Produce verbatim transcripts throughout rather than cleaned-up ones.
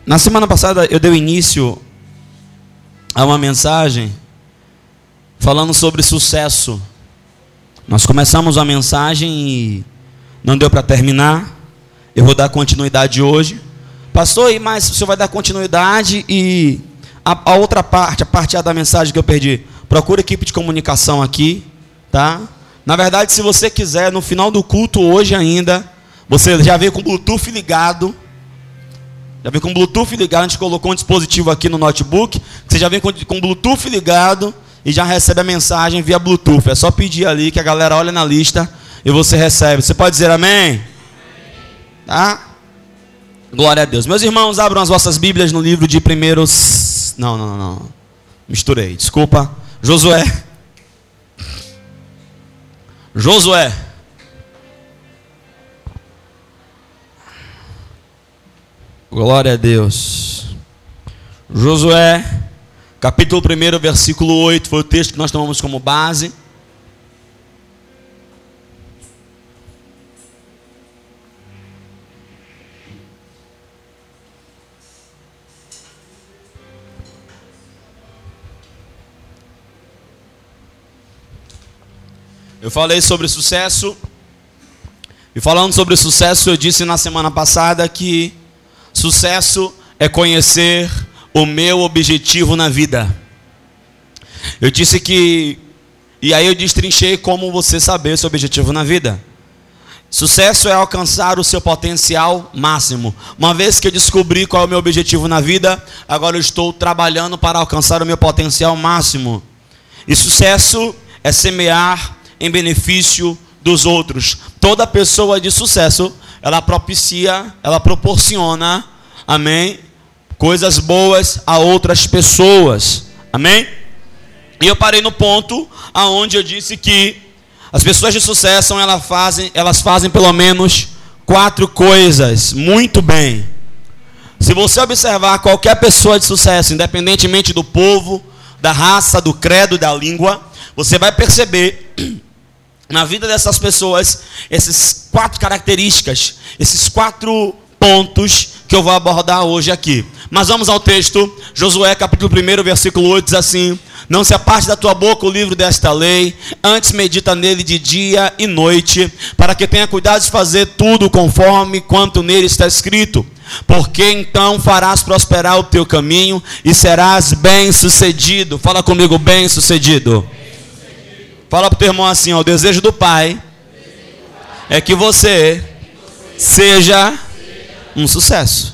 Na semana passada eu dei início a uma mensagem falando sobre sucesso. Nós começamos a mensagem e não deu para terminar. Eu vou dar continuidade hoje. Pastor, mas o senhor vai dar continuidade e a, a outra parte, a parte A da mensagem que eu perdi, procura a equipe de comunicação aqui, tá? Na verdade, se você quiser, no final do culto hoje ainda, você já veio com o Bluetooth ligado. Já vem com o Bluetooth ligado, a gente colocou um dispositivo aqui no notebook. Você já vem com o Bluetooth ligado e já recebe a mensagem via Bluetooth. É só pedir ali que a galera olha na lista e você recebe. Você pode dizer amém? Tá? Glória a Deus. Meus irmãos, abram as vossas Bíblias no livro de primeiros... Não, não, não. Misturei, desculpa. Josué. Josué. Glória a Deus. Josué, capítulo um, versículo oito, foi o texto que nós tomamos como base. Eu falei sobre sucesso. E falando sobre sucesso, eu disse na semana passada que sucesso é conhecer o meu objetivo na vida. Eu disse que... E aí eu destrinchei como você saber seu objetivo na vida. Sucesso é alcançar o seu potencial máximo. Uma vez que eu descobri qual é o meu objetivo na vida, agora eu estou trabalhando para alcançar o meu potencial máximo. E sucesso é semear em benefício dos outros. Toda pessoa de sucesso, ela propicia, ela proporciona, amém, coisas boas a outras pessoas, amém? E eu parei no ponto aonde eu disse que as pessoas de sucesso, elas fazem, elas fazem pelo menos quatro coisas muito bem. Se você observar qualquer pessoa de sucesso, independentemente do povo, da raça, do credo, da língua, você vai perceber na vida dessas pessoas, essas quatro características, esses quatro pontos que eu vou abordar hoje aqui. Mas vamos ao texto. Josué capítulo um, versículo oito, diz assim: não se aparte da tua boca o livro desta lei, antes medita nele de dia e noite, para que tenha cuidado de fazer tudo conforme quanto nele está escrito. Porque então farás prosperar o teu caminho e serás bem-sucedido. Fala comigo, bem-sucedido. Fala para o teu irmão assim, ó, o desejo do Pai é que você seja um sucesso.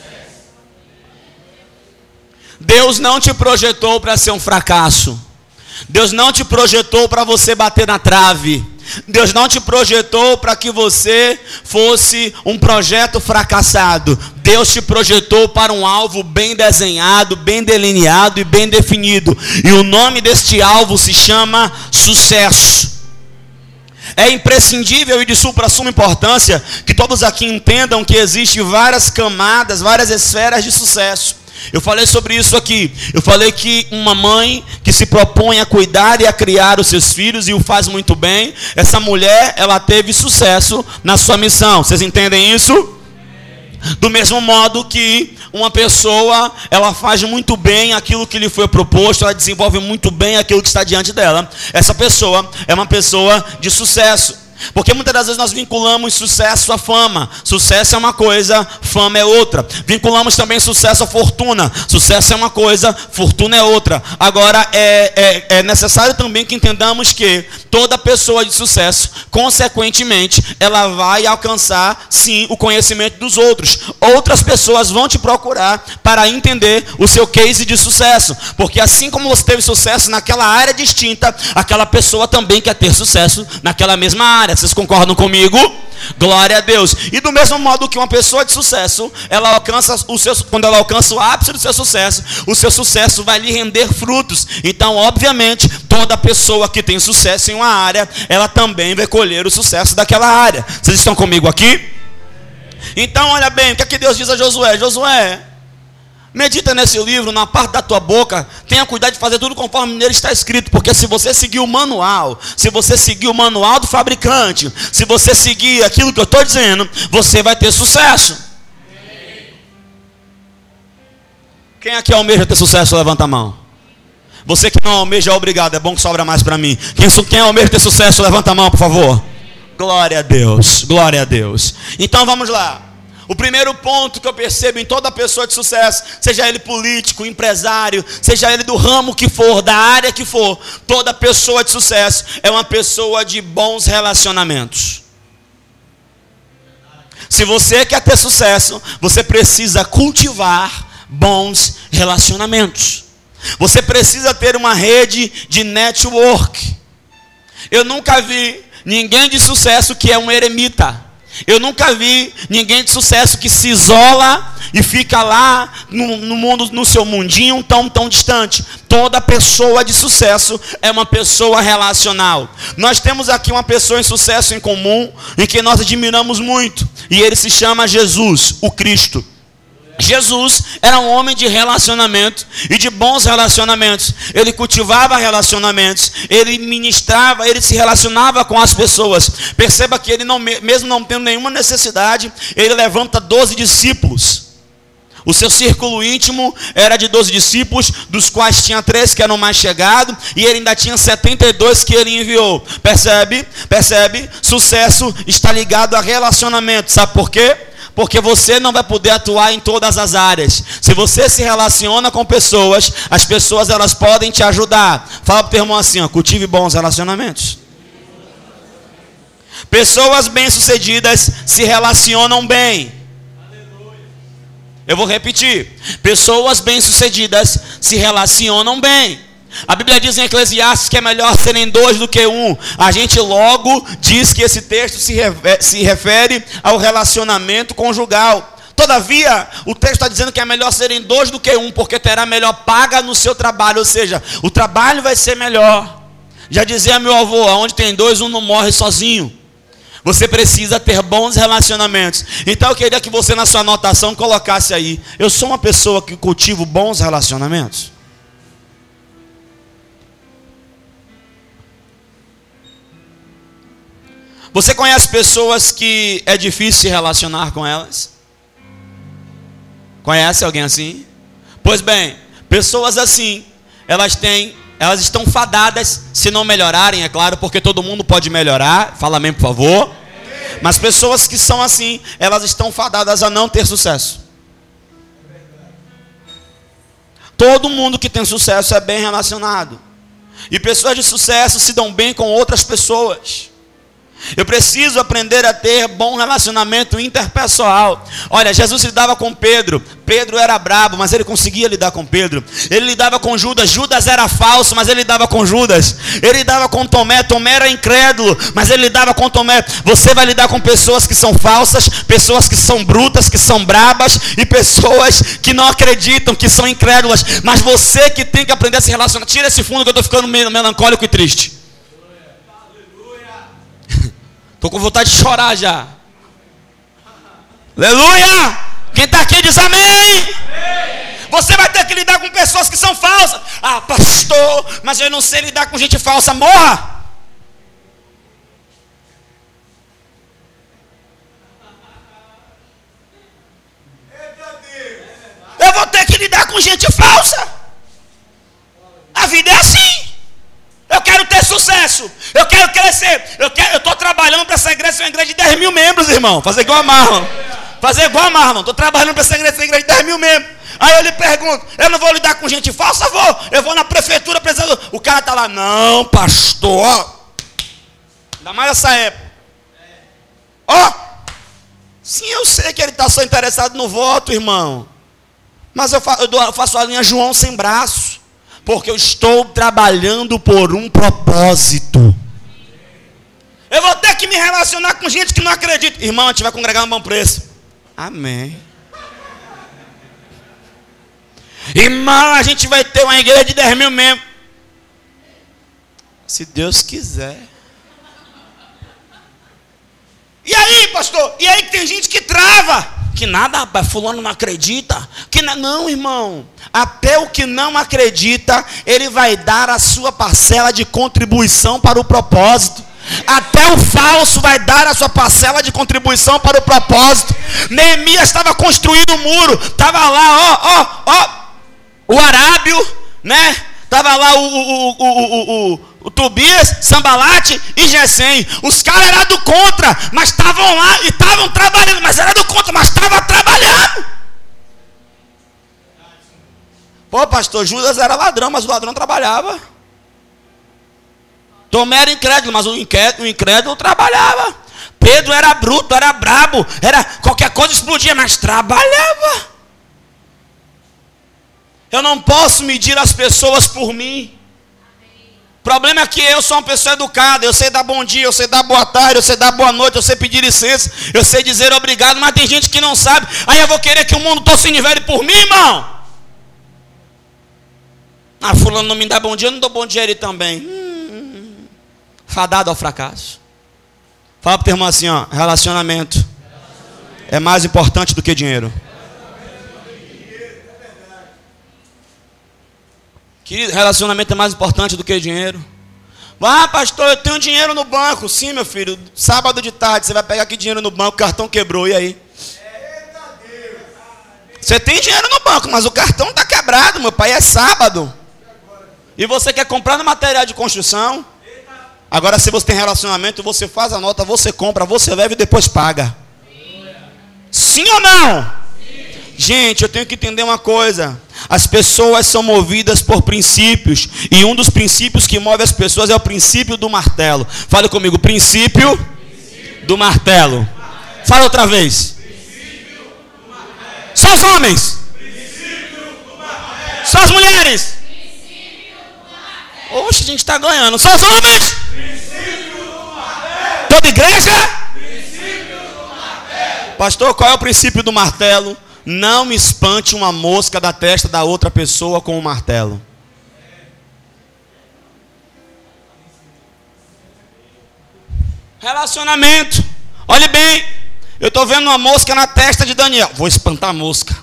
Deus não te projetou para ser um fracasso. Deus não te projetou para você bater na trave. Deus não te projetou para que você fosse um projeto fracassado. Deus te projetou para um alvo bem desenhado, bem delineado e bem definido. E o nome deste alvo se chama sucesso. É imprescindível e de supra-suma importância que todos aqui entendam que existem várias camadas, várias esferas de sucesso. Eu falei sobre isso aqui. Eu falei que uma mãe que se propõe a cuidar e a criar os seus filhos e o faz muito bem, essa mulher, ela teve sucesso na sua missão. Vocês entendem isso? Do mesmo modo que uma pessoa, ela faz muito bem aquilo que lhe foi proposto, ela desenvolve muito bem aquilo que está diante dela. Essa pessoa é uma pessoa de sucesso. Porque muitas das vezes nós vinculamos sucesso à fama. Sucesso é uma coisa, fama é outra. Vinculamos também sucesso à fortuna. Sucesso é uma coisa, fortuna é outra. Agora é, é, é necessário também que entendamos que toda pessoa de sucesso, consequentemente, ela vai alcançar sim o conhecimento dos outros. Outras pessoas vão te procurar para entender o seu case de sucesso. Porque assim como você teve sucesso naquela área distinta, aquela pessoa também quer ter sucesso naquela mesma área. Vocês concordam comigo? Glória a Deus. E do mesmo modo que uma pessoa de sucesso, ela alcança o seu, quando ela alcança o ápice do seu sucesso, o seu sucesso vai lhe render frutos. Então, obviamente, toda pessoa que tem sucesso em uma área, ela também vai colher o sucesso daquela área. Vocês estão comigo aqui? Então, olha bem, o que é que Deus diz a Josué? Josué, medita nesse livro, na parte da tua boca, tenha cuidado de fazer tudo conforme nele está escrito, porque se você seguir o manual, se você seguir o manual do fabricante, se você seguir aquilo que eu estou dizendo, você vai ter sucesso. Quem aqui almeja ter sucesso, levanta a mão. Você que não almeja, obrigado, é bom que sobra mais para mim. Quem, quem almeja ter sucesso, levanta a mão, por favor. Glória a Deus, glória a Deus. Então vamos lá. O primeiro ponto que eu percebo em toda pessoa de sucesso, seja ele político, empresário, seja ele do ramo que for, da área que for, toda pessoa de sucesso é uma pessoa de bons relacionamentos. Se você quer ter sucesso, você precisa cultivar bons relacionamentos. Você precisa ter uma rede de network. Eu nunca vi ninguém de sucesso que é um eremita. Eu nunca vi ninguém de sucesso que se isola e fica lá no, no mundo, no seu mundinho tão, tão distante. Toda pessoa de sucesso é uma pessoa relacional. Nós temos aqui uma pessoa em sucesso em comum, em que nós admiramos muito. E ele se chama Jesus, o Cristo. Jesus era um homem de relacionamento e de bons relacionamentos. Ele cultivava relacionamentos, ele ministrava, ele se relacionava com as pessoas. Perceba que ele, não, mesmo não tendo nenhuma necessidade, ele levanta doze discípulos. O seu círculo íntimo era de doze discípulos, dos quais tinha três que eram mais chegados, e ele ainda tinha setenta e dois que ele enviou. Percebe? Percebe? Sucesso está ligado a relacionamento. Sabe por quê? Porque você não vai poder atuar em todas as áreas. Se você se relaciona com pessoas, as pessoas elas podem te ajudar. Fala para o teu irmão assim, ó, cultive bons relacionamentos. Pessoas bem-sucedidas se relacionam bem. Eu vou repetir. Pessoas bem-sucedidas se relacionam bem. A Bíblia diz em Eclesiastes que é melhor serem dois do que um. A gente logo diz que esse texto se refere, se refere ao relacionamento conjugal. Todavia, o texto está dizendo que é melhor serem dois do que um, porque terá melhor paga no seu trabalho. Ou seja, o trabalho vai ser melhor. Já dizia meu avô, onde tem dois, um não morre sozinho. Você precisa ter bons relacionamentos. Então eu queria que você na sua anotação colocasse aí: eu sou uma pessoa que cultivo bons relacionamentos. Você conhece pessoas que é difícil se relacionar com elas? Conhece alguém assim? Pois bem, pessoas assim, elas têm, elas estão fadadas, se não melhorarem, é claro, porque todo mundo pode melhorar. Fala amém, por favor. Mas pessoas que são assim, elas estão fadadas a não ter sucesso. Todo mundo que tem sucesso é bem relacionado. E pessoas de sucesso se dão bem com outras pessoas. Eu preciso aprender a ter bom relacionamento interpessoal. Olha, Jesus lidava com Pedro. Pedro era brabo, mas ele conseguia lidar com Pedro. Ele lidava com Judas. Judas era falso, mas ele lidava com Judas. Ele lidava com Tomé. Tomé era incrédulo, mas ele lidava com Tomé. Você vai lidar com pessoas que são falsas, pessoas que são brutas, que são brabas, e pessoas que não acreditam, que são incrédulas. Mas você que tem que aprender a se relacionar. Tira esse fundo que eu estou ficando meio melancólico e triste. Estou com vontade de chorar já. Aleluia! Quem está aqui diz amém. Amém. Você vai ter que lidar com pessoas que são falsas. Ah, pastor, mas eu não sei lidar com gente falsa. Morra! Eu vou ter que lidar com gente falsa. A vida é assim. Eu quero ter sucesso, eu quero crescer, eu quero, eu estou trabalhando para essa igreja, ser uma igreja de dez mil membros, irmão. Fazer igual a Marlon. Fazer igual a Marlon. Estou trabalhando para essa igreja, essa igreja de dez mil membros. Aí eu lhe pergunto, eu não vou lidar com gente falsa? Vou. Eu vou na prefeitura, precisando. O cara está lá, não, pastor. Ainda mais essa época. Ó, oh, sim, eu sei que ele está só interessado no voto, irmão. Mas eu, fa eu faço a linha João sem braço. Porque eu estou trabalhando por um propósito. Eu vou ter que me relacionar com gente que não acredita. Irmão, a gente vai congregar no bom preço. Amém. Irmão, a gente vai ter uma igreja de dez mil membros. Se Deus quiser. E aí, pastor? E aí que tem gente que trava. Que nada, rapaz, fulano não acredita. Que na... Não, irmão. Até o que não acredita, ele vai dar a sua parcela de contribuição para o propósito. Até o falso vai dar a sua parcela de contribuição para o propósito. Neemias estava construindo o muro. Estava lá, ó, ó, ó. o Arábio, né? Tava lá o, o, o, o, o, o Tobias, Sambalate e Gesem. Os caras eram do contra, mas estavam lá e estavam trabalhando. Mas era do contra, mas estavam trabalhando. Pô, pastor, Judas era ladrão, mas o ladrão trabalhava. Tomé era incrédulo, mas o incrédulo, o incrédulo trabalhava. Pedro era bruto, era brabo, era qualquer coisa explodia, mas trabalhava. Eu não posso medir as pessoas por mim. O problema é que eu sou uma pessoa educada. Eu sei dar bom dia, eu sei dar boa tarde, eu sei dar boa noite, eu sei pedir licença, eu sei dizer obrigado, mas tem gente que não sabe. Aí eu vou querer que o mundo todo se nivele por mim, irmão. Ah, fulano não me dá bom dia, eu não dou bom dia a ele também. Hum, fadado ao fracasso. Fala para o teu irmão assim, ó, relacionamento, relacionamento é mais importante do que dinheiro. Querido, relacionamento é mais importante do que dinheiro. Ah, pastor, eu tenho dinheiro no banco. Sim, meu filho, sábado de tarde você vai pegar aqui dinheiro no banco, o cartão quebrou, e aí? Você tem dinheiro no banco, mas o cartão está quebrado, meu pai, é sábado. E você quer comprar no material de construção? Agora, se você tem relacionamento, você faz a nota, você compra, você leva e depois paga. Sim ou não? Gente, eu tenho que entender uma coisa. As pessoas são movidas por princípios. E um dos princípios que move as pessoas é o princípio do martelo. Fale comigo, princípio, princípio do martelo. martelo. Fala outra vez. Só os homens. Só as mulheres. Oxe, a gente está ganhando. Só os homens. Toda igreja. Pastor, qual é o princípio do martelo? Não me espante uma mosca da testa da outra pessoa com um martelo. Relacionamento. Olhe bem. Eu estou vendo uma mosca na testa de Daniel. Vou espantar a mosca.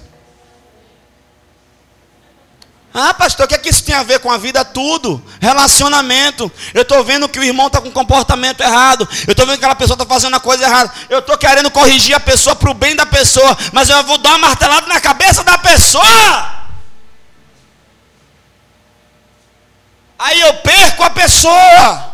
Ah, pastor, o que é que isso tem a ver com a vida? Tudo. Relacionamento. Eu estou vendo que o irmão está com comportamento errado. Eu estou vendo que aquela pessoa está fazendo a coisa errada. Eu estou querendo corrigir a pessoa para o bem da pessoa. Mas eu vou dar uma martelada na cabeça da pessoa. Aí eu perco a pessoa.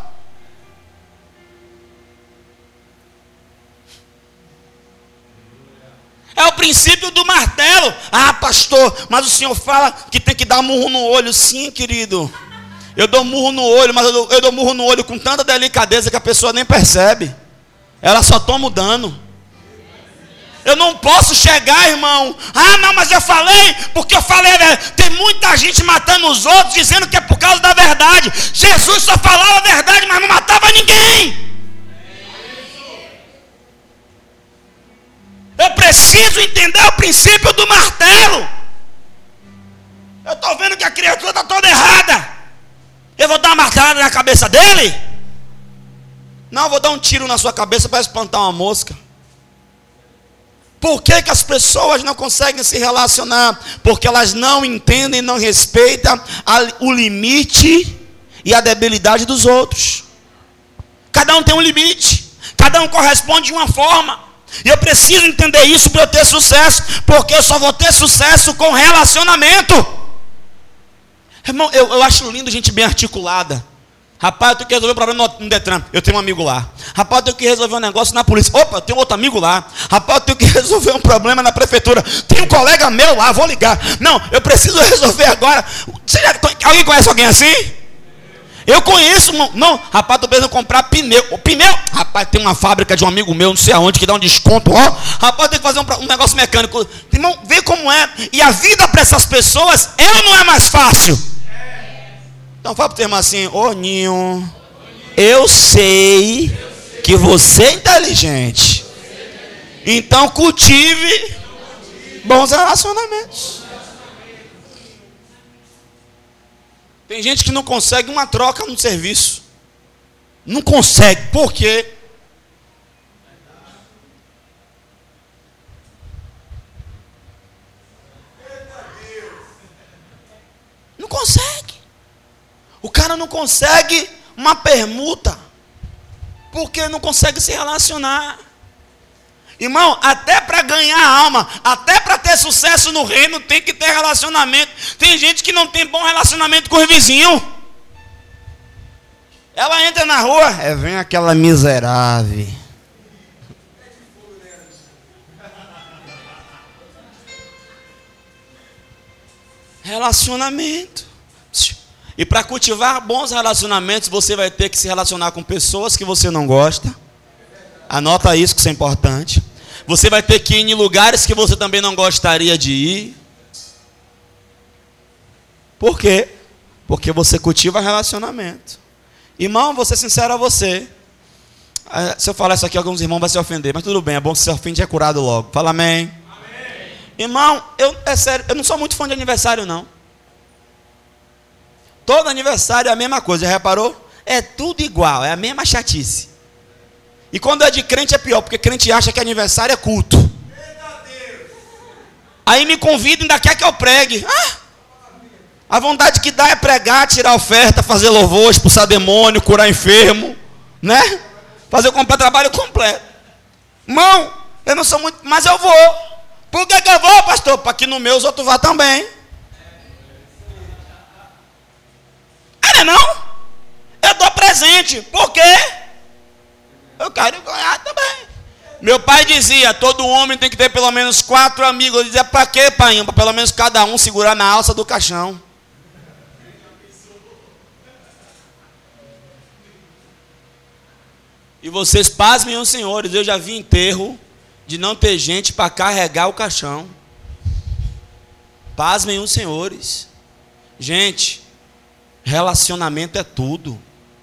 É o princípio do martelo. Ah, pastor, mas o senhor fala que tem que dar murro no olho. Sim, querido. Eu dou murro no olho, mas eu dou, eu dou murro no olho com tanta delicadeza que a pessoa nem percebe. Ela só toma o dano. Eu não posso chegar, irmão. Ah, não, mas eu falei, porque eu falei. Tem muita gente matando os outros, dizendo que é por causa da verdade. Jesus só falava a verdade, mas não matava ninguém. Eu preciso entender o princípio do martelo. Eu estou vendo que a criatura está toda errada. Eu vou dar uma martelada na cabeça dele? Não, eu vou dar um tiro na sua cabeça para espantar uma mosca. Por que que as pessoas não conseguem se relacionar? Porque elas não entendem, não respeitam a, o limite e a debilidade dos outros. Cada um tem um limite. Cada um corresponde de uma forma. E eu preciso entender isso para eu ter sucesso, porque eu só vou ter sucesso com relacionamento. Irmão, eu, eu acho lindo gente bem articulada. Rapaz, eu tenho que resolver um problema no, no Detran. Eu tenho um amigo lá. Rapaz, eu tenho que resolver um negócio na polícia. Opa, eu tenho outro amigo lá. Rapaz, eu tenho que resolver um problema na prefeitura. Tem um colega meu lá, vou ligar. Não, eu preciso resolver agora. Você já, alguém conhece alguém assim? Eu conheço, não, não, rapaz, estou pensando em comprar pneu. O pneu, rapaz, tem uma fábrica de um amigo meu, não sei aonde, que dá um desconto, ó. Rapaz, tem que fazer um, um negócio mecânico. Irmão, vê como é. E a vida para essas pessoas é ou não é mais fácil? Então fala para o teu irmão assim, ô Ninho, eu sei que você é inteligente. Então cultive bons relacionamentos. Tem gente que não consegue uma troca no serviço. Não consegue. Por quê? Não consegue. O cara não consegue uma permuta. Porque não consegue se relacionar. Irmão, até para ganhar alma, até para ter sucesso no reino, tem que ter relacionamento. Tem gente que não tem bom relacionamento com os vizinhos. Ela entra na rua, é, vem aquela miserável. Relacionamento. E para cultivar bons relacionamentos, você vai ter que se relacionar com pessoas que você não gosta. Anota isso, que isso é importante. Você vai ter que ir em lugares que você também não gostaria de ir. Por quê? Porque você cultiva relacionamento. Irmão, vou ser sincero a você. Se eu falar isso aqui, alguns irmãos vão se ofender. Mas tudo bem, é bom que se ofende é curado logo. Fala amém. Amém. Irmão, eu, é sério, eu não sou muito fã de aniversário, não. Todo aniversário é a mesma coisa, já reparou? É tudo igual, é a mesma chatice. E quando é de crente é pior, porque crente acha que aniversário é culto. Aí me convida e ainda quer que eu pregue. Ah, a vontade que dá é pregar, tirar oferta, fazer louvor, expulsar demônio, curar enfermo, né? Fazer o completo, trabalho completo. Irmão, eu não sou muito, mas eu vou. Por que que eu vou, pastor? Para que no meu os outros vá também. É não? Eu dou presente. Por quê? Eu quero ganhar também. Meu pai dizia, todo homem tem que ter pelo menos quatro amigos. Eu dizia, para quê, pai? Para pelo menos cada um segurar na alça do caixão. E vocês pasmem os senhores, eu já vi enterro de não ter gente para carregar o caixão. Pasmem os senhores. Gente, relacionamento é tudo.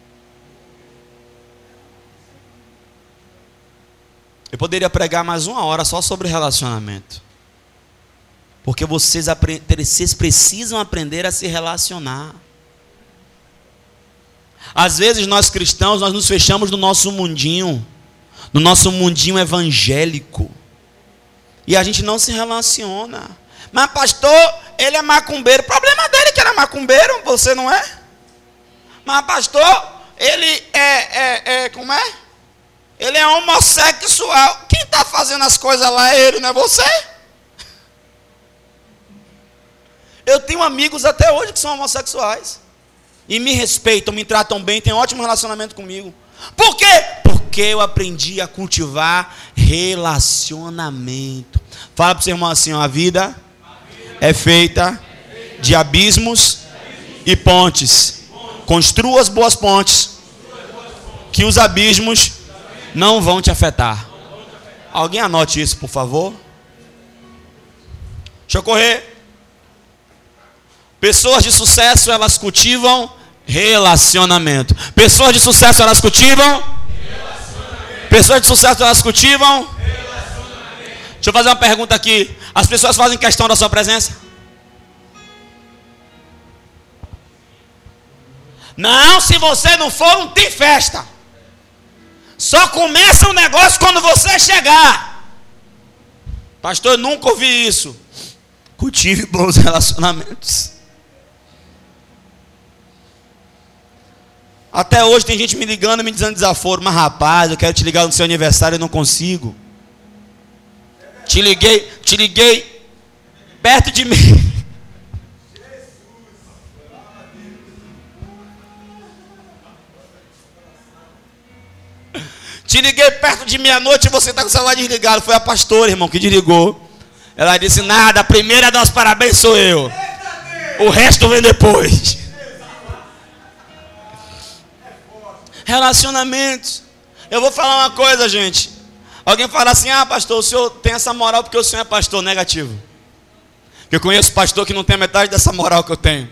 Eu poderia pregar mais uma hora só sobre relacionamento. Porque vocês, vocês precisam aprender a se relacionar. Às vezes nós cristãos, nós nos fechamos no nosso mundinho. No nosso mundinho evangélico. E a gente não se relaciona. Mas pastor, ele é macumbeiro. O problema dele que ele é macumbeiro, você não é? Mas pastor, ele é, é, é como é? Ele é homossexual. Quem está fazendo as coisas lá é ele, não é você? Eu tenho amigos até hoje que são homossexuais. E me respeitam, me tratam bem, têm um ótimo relacionamento comigo. Por quê? Porque eu aprendi a cultivar relacionamento. Fala para o seu irmão assim, ó, a vida é feita de abismos e pontes. Construa as boas pontes, que os abismos não vão te afetar. Alguém anote isso, por favor. Deixa eu correr. Pessoas de sucesso, elas cultivam relacionamento. Pessoas de sucesso, elas cultivam relacionamento. Pessoas de sucesso, elas cultivam relacionamento. Deixa eu fazer uma pergunta aqui. As pessoas fazem questão da sua presença? Não, se você não for, não tem festa. Só começa o negócio quando você chegar. Pastor, eu nunca ouvi isso. Cultive bons relacionamentos. Até hoje tem gente me ligando, me dizendo desaforo. Mas rapaz, eu quero te ligar no seu aniversário e não consigo. Te liguei, te liguei perto de mim. Te liguei perto de meia-noite e você está com o celular desligado. Foi a pastora, irmão, que desligou. Ela disse, nada, a primeira a dar os parabéns sou eu. O resto vem depois. Relacionamentos. Eu vou falar uma coisa, gente. Alguém fala assim, ah, pastor, o senhor tem essa moral porque o senhor é pastor. Negativo. Eu conheço pastor que não tem metade dessa moral que eu tenho.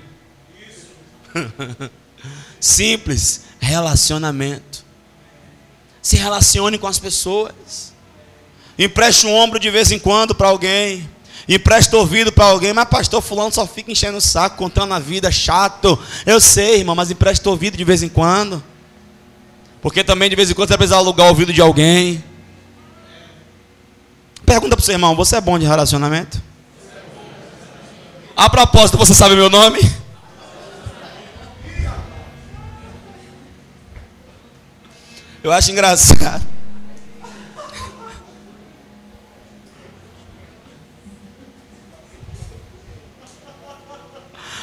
Simples. Relacionamento. Se relacione com as pessoas. Empreste um ombro de vez em quando para alguém. Empresta ouvido para alguém. Mas pastor fulano só fica enchendo o saco, contando a vida, chato. Eu sei, irmão, mas empresta ouvido de vez em quando. Porque também de vez em quando você vai precisar alugar o ouvido de alguém. Pergunta para o seu irmão, você é bom de relacionamento? A propósito, você sabe meu nome? Eu acho engraçado.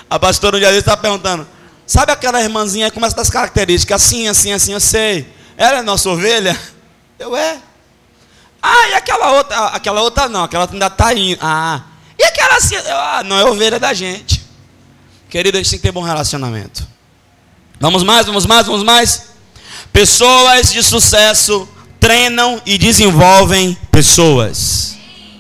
A pastora um dia desse estava perguntando, sabe aquela irmãzinha aí, começa das características, assim, assim, assim, eu sei. Ela é nossa ovelha? Eu, é. Ah, e aquela outra? Aquela outra não, aquela outra ainda está indo. Ah, e aquela assim? Eu, ah, não, é ovelha da gente. Querido, a gente tem que ter bom relacionamento. Vamos mais, vamos mais, vamos mais. Pessoas de sucesso treinam e desenvolvem pessoas.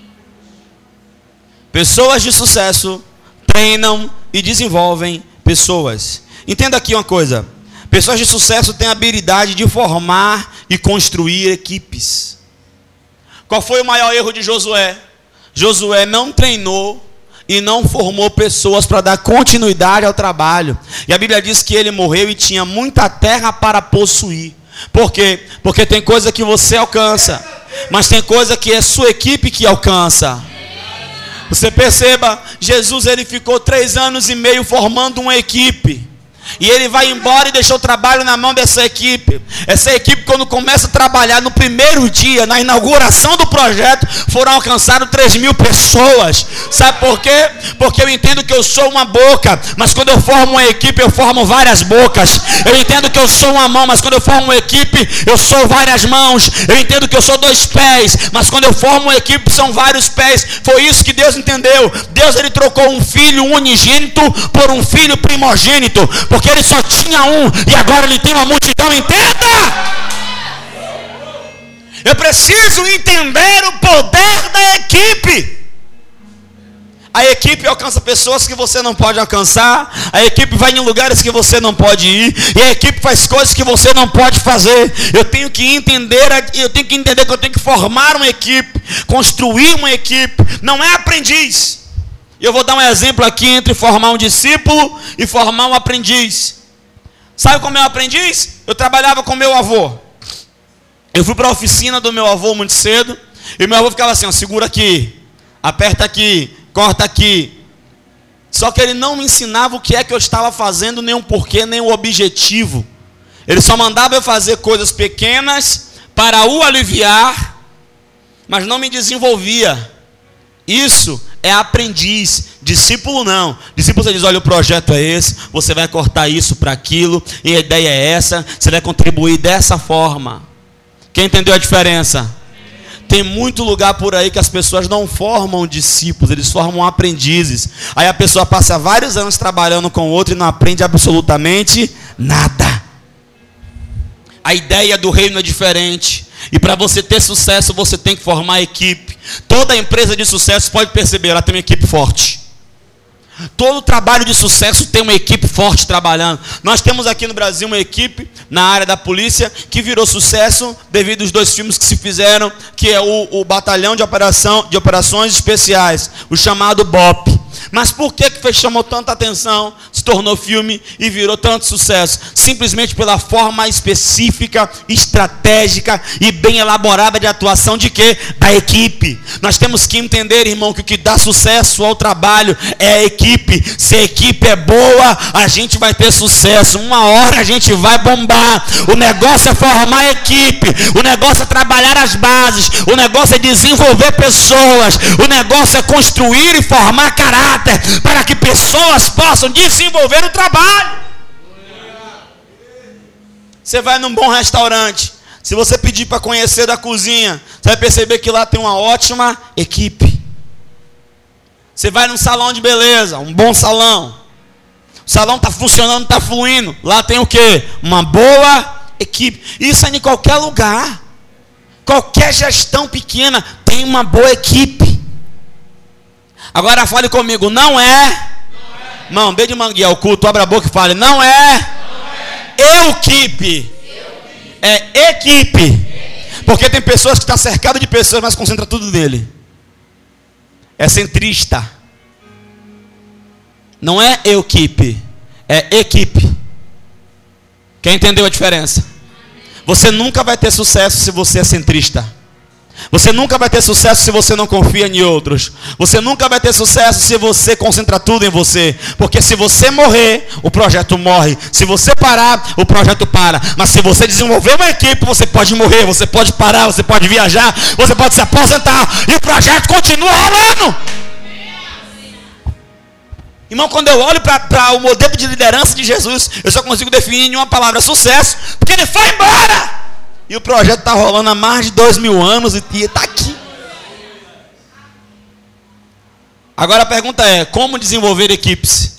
Pessoas de sucesso treinam e desenvolvem pessoas. Entenda aqui uma coisa. Pessoas de sucesso têm a habilidade de formar e construir equipes. Qual foi o maior erro de Josué? Josué não treinou e não formou pessoas para dar continuidade ao trabalho. E a Bíblia diz que ele morreu e tinha muita terra para possuir. Por quê? Porque tem coisa que você alcança, mas tem coisa que é sua equipe que alcança. Você perceba, Jesus ele ficou três anos e meio formando uma equipe. E ele vai embora e deixou o trabalho na mão dessa equipe. Essa equipe, quando começa a trabalhar no primeiro dia, na inauguração do projeto, foram alcançadas três mil pessoas. Sabe por quê? Porque eu entendo que eu sou uma boca, mas quando eu formo uma equipe, eu formo várias bocas. Eu entendo que eu sou uma mão, mas quando eu formo uma equipe, eu sou várias mãos. Eu entendo que eu sou dois pés, mas quando eu formo uma equipe, são vários pés. Foi isso que Deus entendeu. Deus ele trocou um filho unigênito por um filho primogênito. Porque ele só tinha um e agora ele tem uma multidão, entenda! Eu preciso entender o poder da equipe. A equipe alcança pessoas que você não pode alcançar. A equipe vai em lugares que você não pode ir. E a equipe faz coisas que você não pode fazer. Eu tenho que entender, eu tenho que entender que eu tenho que formar uma equipe, construir uma equipe. Não é aprendiz. E eu vou dar um exemplo aqui entre formar um discípulo e formar um aprendiz. Sabe como é um aprendiz? Eu trabalhava com meu avô. Eu fui para a oficina do meu avô muito cedo. E meu avô ficava assim, ó, segura aqui, aperta aqui, corta aqui. Só que ele não me ensinava o que é que eu estava fazendo, nem o porquê, nem o objetivo. Ele só mandava eu fazer coisas pequenas para o aliviar, mas não me desenvolvia. Isso é aprendiz, discípulo não. Discípulo você diz, olha, o projeto é esse, você vai cortar isso para aquilo, e a ideia é essa, você vai contribuir dessa forma. Quem entendeu a diferença? Tem muito lugar por aí que as pessoas não formam discípulos, eles formam aprendizes. Aí a pessoa passa vários anos trabalhando com o outro e não aprende absolutamente nada. A ideia do reino é diferente. E para você ter sucesso, você tem que formar equipe. Toda empresa de sucesso, pode perceber, ela tem uma equipe forte. Todo trabalho de sucesso tem uma equipe forte trabalhando. Nós temos aqui no Brasil uma equipe na área da polícia que virou sucesso devido aos dois filmes que se fizeram, que é o, o Batalhão de, Operação, de Operações Especiais, o chamado B O P. Mas por que que chamou tanta atenção, se tornou filme e virou tanto sucesso? Simplesmente pela forma específica, estratégica e bem elaborada de atuação de quê? Da equipe. Nós temos que entender, irmão, que o que dá sucesso ao trabalho é a equipe. Se a equipe é boa, a gente vai ter sucesso. Uma hora a gente vai bombar. O negócio é formar a equipe. O negócio é trabalhar as bases. O negócio é desenvolver pessoas. O negócio é construir e formar caráter, para que pessoas possam desenvolver o trabalho. Você vai num bom restaurante, se você pedir para conhecer da cozinha, você vai perceber que lá tem uma ótima equipe. Você vai num salão de beleza, um bom salão, o salão está funcionando, está fluindo, lá tem o quê? Uma boa equipe. Isso é em qualquer lugar. Qualquer gestão pequena tem uma boa equipe. Agora fale comigo, não é, não é. Mão, bem de manguear o culto, abra a boca e fale, não é, não é. Equipe, é equipe. Porque tem pessoas que estão cercadas de pessoas, mas concentra tudo dele. É centrista. Não é equipe, é equipe. Quem entendeu a diferença? Você nunca vai ter sucesso se você é centrista. Você nunca vai ter sucesso se você não confia em outros. Você nunca vai ter sucesso se você concentra tudo em você. Porque se você morrer, o projeto morre. Se você parar, o projeto para. Mas se você desenvolver uma equipe, você pode morrer, você pode parar, você pode viajar, você pode se aposentar e o projeto continua rolando. Irmão, quando eu olho para o modelo de liderança de Jesus, eu só consigo definir em uma palavra: sucesso, porque ele foi embora. E o projeto está rolando há mais de dois mil anos e está aqui. Agora a pergunta é: como desenvolver equipes?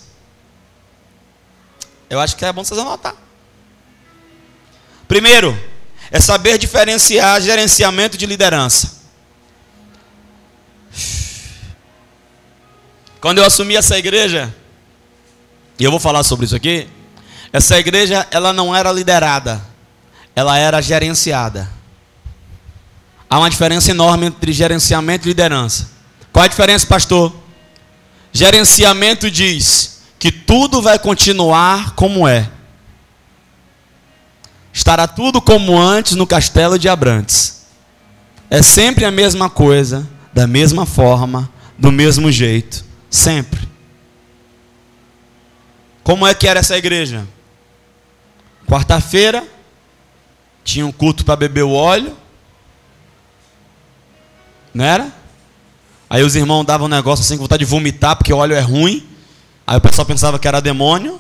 Eu acho que é bom vocês anotar. Primeiro, é saber diferenciar gerenciamento de liderança. Quando eu assumi essa igreja, e eu vou falar sobre isso aqui, essa igreja, ela não era liderada, ela era gerenciada. Há uma diferença enorme entre gerenciamento e liderança. Qual a diferença, pastor? Gerenciamento diz que tudo vai continuar como é. Estará tudo como antes no castelo de Abrantes. É sempre a mesma coisa, da mesma forma, do mesmo jeito, sempre. Como é que era essa igreja? Quarta-feira, tinha um culto para beber o óleo, não era? Aí os irmãos davam um negócio assim com vontade de vomitar, porque o óleo é ruim. Aí o pessoal pensava que era demônio.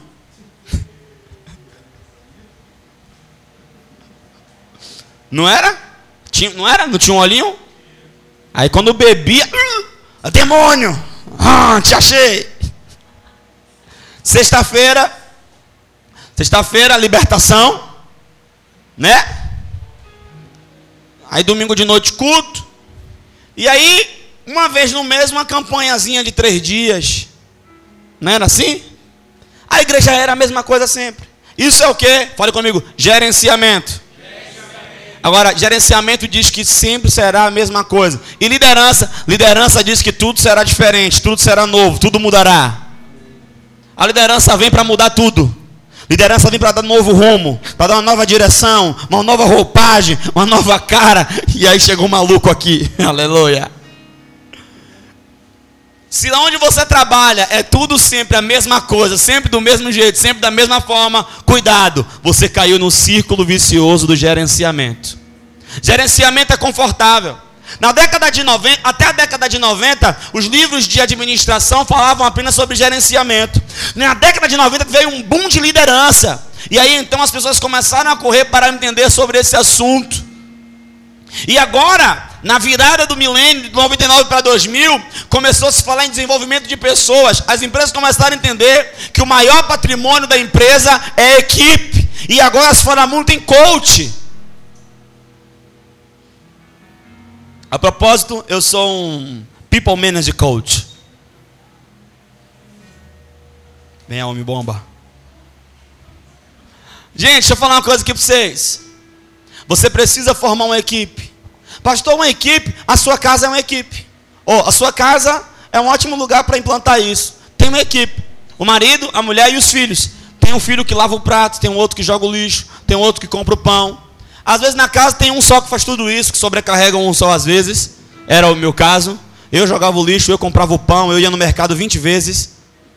Não era? Tinha, não era? Não tinha um olhinho? Aí quando bebia, uh, demônio! Ah, te achei! Sexta-feira, sexta-feira, libertação, né? Aí domingo de noite, culto. E aí, uma vez no mês, uma campanhazinha de três dias. Não era assim? A igreja era a mesma coisa sempre. Isso é o quê? Fale comigo. Gerenciamento. Agora, gerenciamento diz que sempre será a mesma coisa. E liderança, liderança diz que tudo será diferente, tudo será novo, tudo mudará. A liderança vem para mudar tudo. Liderança vem para dar um novo rumo, para dar uma nova direção, uma nova roupagem, uma nova cara. E aí chegou um maluco aqui. Aleluia. Se onde você trabalha é tudo sempre a mesma coisa, sempre do mesmo jeito, sempre da mesma forma, cuidado, você caiu no círculo vicioso do gerenciamento. Gerenciamento é confortável. Na década de noventa, até a década de noventa, os livros de administração falavam apenas sobre gerenciamento. Na década de noventa veio um boom de liderança. E aí então as pessoas começaram a correr para entender sobre esse assunto. E agora, na virada do milênio, de noventa e nove para dois mil, começou a se falar em desenvolvimento de pessoas. As empresas começaram a entender que o maior patrimônio da empresa é a equipe. E agora se fala muito em coach. A propósito, eu sou um People Manager Coach. Vem, homem bomba. Gente, deixa eu falar uma coisa aqui para vocês. Você precisa formar uma equipe. Pastor, uma equipe, a sua casa é uma equipe. Oh, a sua casa é um ótimo lugar para implantar isso. Tem uma equipe. O marido, a mulher e os filhos. Tem um filho que lava o prato, tem um outro que joga o lixo, tem um outro que compra o pão. Às vezes na casa tem um só que faz tudo isso, que sobrecarrega um só às vezes. Era o meu caso. Eu jogava o lixo, eu comprava o pão, eu ia no mercado vinte vezes.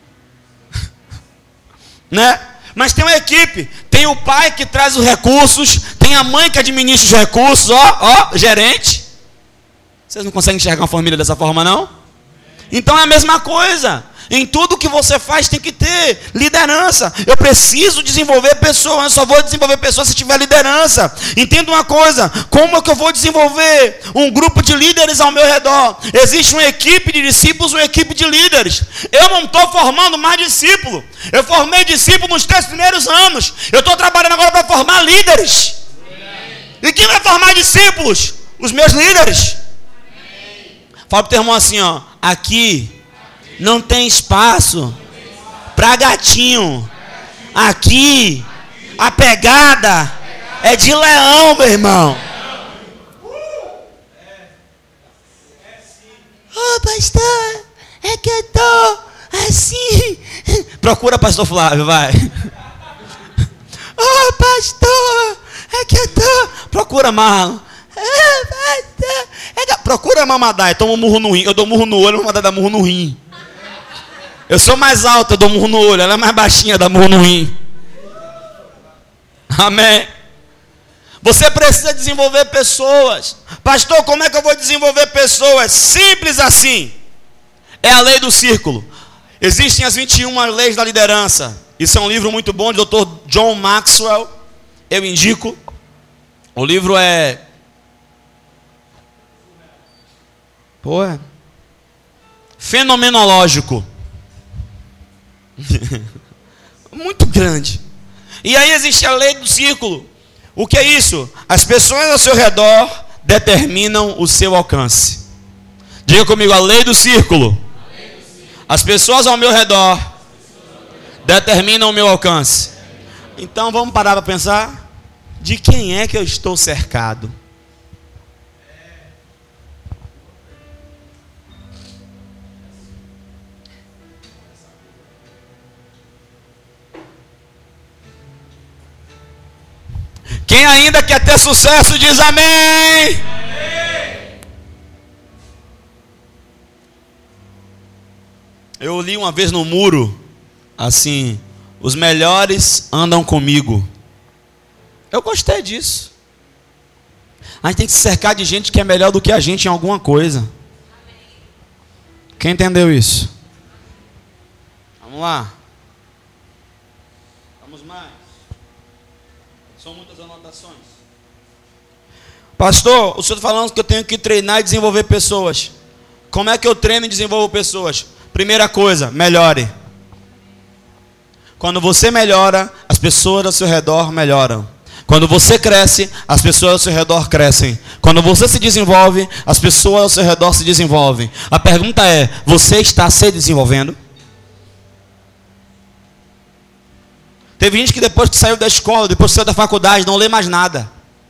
Né? Mas tem uma equipe, tem o pai que traz os recursos, tem a mãe que administra os recursos, ó, ó, gerente. Vocês não conseguem enxergar uma família dessa forma, não? Então é a mesma coisa. Em tudo que você faz tem que ter liderança. Eu preciso desenvolver pessoas, eu só vou desenvolver pessoas se tiver liderança. Entenda uma coisa, como é que eu vou desenvolver um grupo de líderes ao meu redor? Existe uma equipe de discípulos, uma equipe de líderes. Eu não estou formando mais discípulo. Eu formei discípulo nos três primeiros anos. Eu estou trabalhando agora para formar líderes. E quem vai formar discípulos? Os meus líderes. Fala para o teu irmão assim, ó, aqui não tem espaço para gatinho. Aqui a pegada é de leão, meu irmão. Ô oh, pastor, é que eu tô assim. Procura pastor Flávio, vai. Ô oh, pastor, é que eu tô. Procura Marlon. Oh, pastor, é que... Procura Mamadai, toma um murro no rim. Eu dou murro no olho, Mamadai dá murro no rim. Eu sou mais alto, eu dou murro no olho. Ela é mais baixinha, dá murro no rim. Amém. Você precisa desenvolver pessoas. Pastor, como é que eu vou desenvolver pessoas? Simples assim. É a lei do círculo. Existem as vinte e uma leis da liderança. Isso é um livro muito bom, do doutor John Maxwell. Eu indico. O livro é... Pô, é... fenomenológico. Muito grande. E aí existe a lei do círculo. O que é isso? As pessoas ao seu redor determinam o seu alcance. Diga comigo, a lei do círculo. As pessoas ao meu redor determinam o meu alcance. Então vamos parar para pensar. De quem é que eu estou cercado? Quem ainda quer ter sucesso diz amém. Amém. Eu li uma vez no muro, assim, os melhores andam comigo. Eu gostei disso. A gente tem que se cercar de gente que é melhor do que a gente em alguma coisa. Quem entendeu isso? Vamos lá. Vamos mais. São muitas anotações. Pastor, o senhor está falando que eu tenho que treinar e desenvolver pessoas. Como é que eu treino e desenvolvo pessoas? Primeira coisa, melhore. Quando você melhora, as pessoas ao seu redor melhoram. Quando você cresce, as pessoas ao seu redor crescem. Quando você se desenvolve, as pessoas ao seu redor se desenvolvem. A pergunta é, você está se desenvolvendo? Teve gente que depois que saiu da escola, depois que saiu da faculdade, não lê mais nada.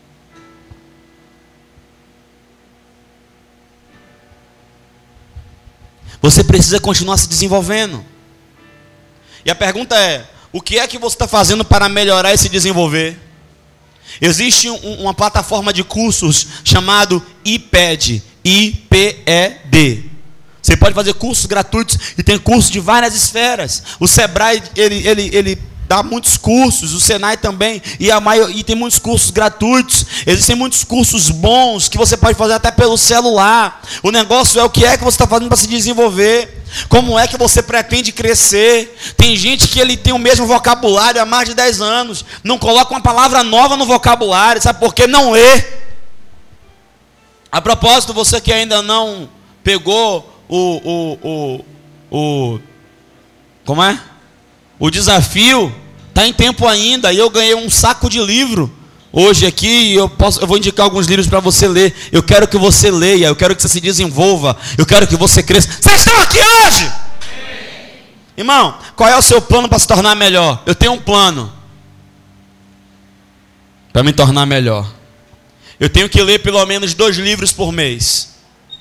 Você precisa continuar se desenvolvendo. E a pergunta é, o que é que você está fazendo para melhorar e se desenvolver? Existe um, uma plataforma de cursos chamado I P E D, I P E D. Você pode fazer cursos gratuitos e tem cursos de várias esferas. O Sebrae, ele... ele, ele dá muitos cursos, o Senai também, e, a maior, e tem muitos cursos gratuitos, existem muitos cursos bons, que você pode fazer até pelo celular. O negócio é o que é que você está fazendo para se desenvolver, como é que você pretende crescer. Tem gente que ele tem o mesmo vocabulário há mais de dez anos, não coloca uma palavra nova no vocabulário, sabe por quê? Não lê. A propósito, você que ainda não pegou o, o, o, o como é? O desafio, está em tempo ainda, e eu ganhei um saco de livro hoje aqui, e eu, posso, eu vou indicar alguns livros para você ler. Eu quero que você leia, eu quero que você se desenvolva, eu quero que você cresça. Vocês estão aqui hoje? Sim. Irmão, qual é o seu plano para se tornar melhor? Eu tenho um plano para me tornar melhor. Eu tenho que ler pelo menos dois livros por mês.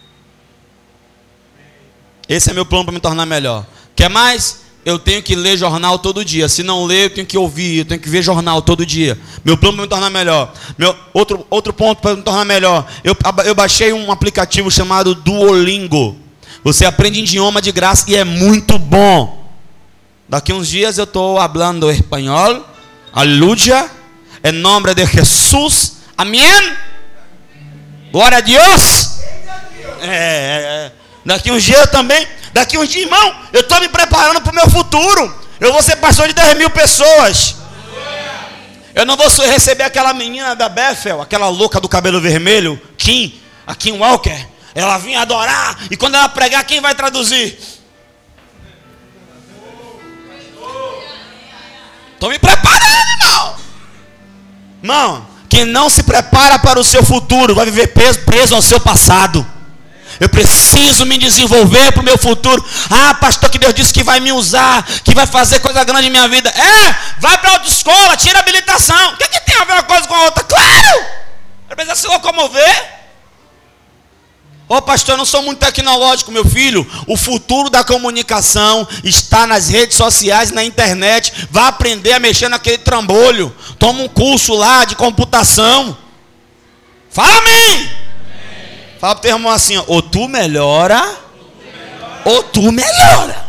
Esse é meu plano para me tornar melhor. Quer mais? Eu tenho que ler jornal todo dia. Se não ler, eu tenho que ouvir, eu tenho que ver jornal todo dia. Meu plano para me tornar melhor. Meu, outro, outro ponto para me tornar melhor. Eu, eu baixei um aplicativo chamado Duolingo. Você aprende idioma de graça e é muito bom. Daqui uns dias eu estou falando espanhol. Aleluia. Em nome de Jesus. Amém. Glória a Deus. É, é, é. Daqui uns dias eu também. Daqui uns dias, irmão, eu estou me preparando para o meu futuro. Eu vou ser pastor de dez mil pessoas. Eu não vou receber aquela menina da Bethel, aquela louca do cabelo vermelho, Kim, a Kim Walker. Ela vinha adorar, e quando ela pregar, quem vai traduzir? Estou me preparando, irmão. Irmão, quem não se prepara para o seu futuro, vai viver preso, preso ao seu passado. Eu preciso me desenvolver para o meu futuro. Ah, pastor, que Deus disse que vai me usar, que vai fazer coisa grande em minha vida. É, vai para outra escola, tira a habilitação. O que, é que tem a ver uma coisa com a outra? Claro! Eu preciso se locomover. Ô oh, pastor, eu não sou muito tecnológico, meu filho. O futuro da comunicação está nas redes sociais, na internet. Vá aprender a mexer naquele trambolho. Toma um curso lá de computação. Fala amém! Fala pro teu irmão assim, ó, ou tu melhora, ou tu melhora.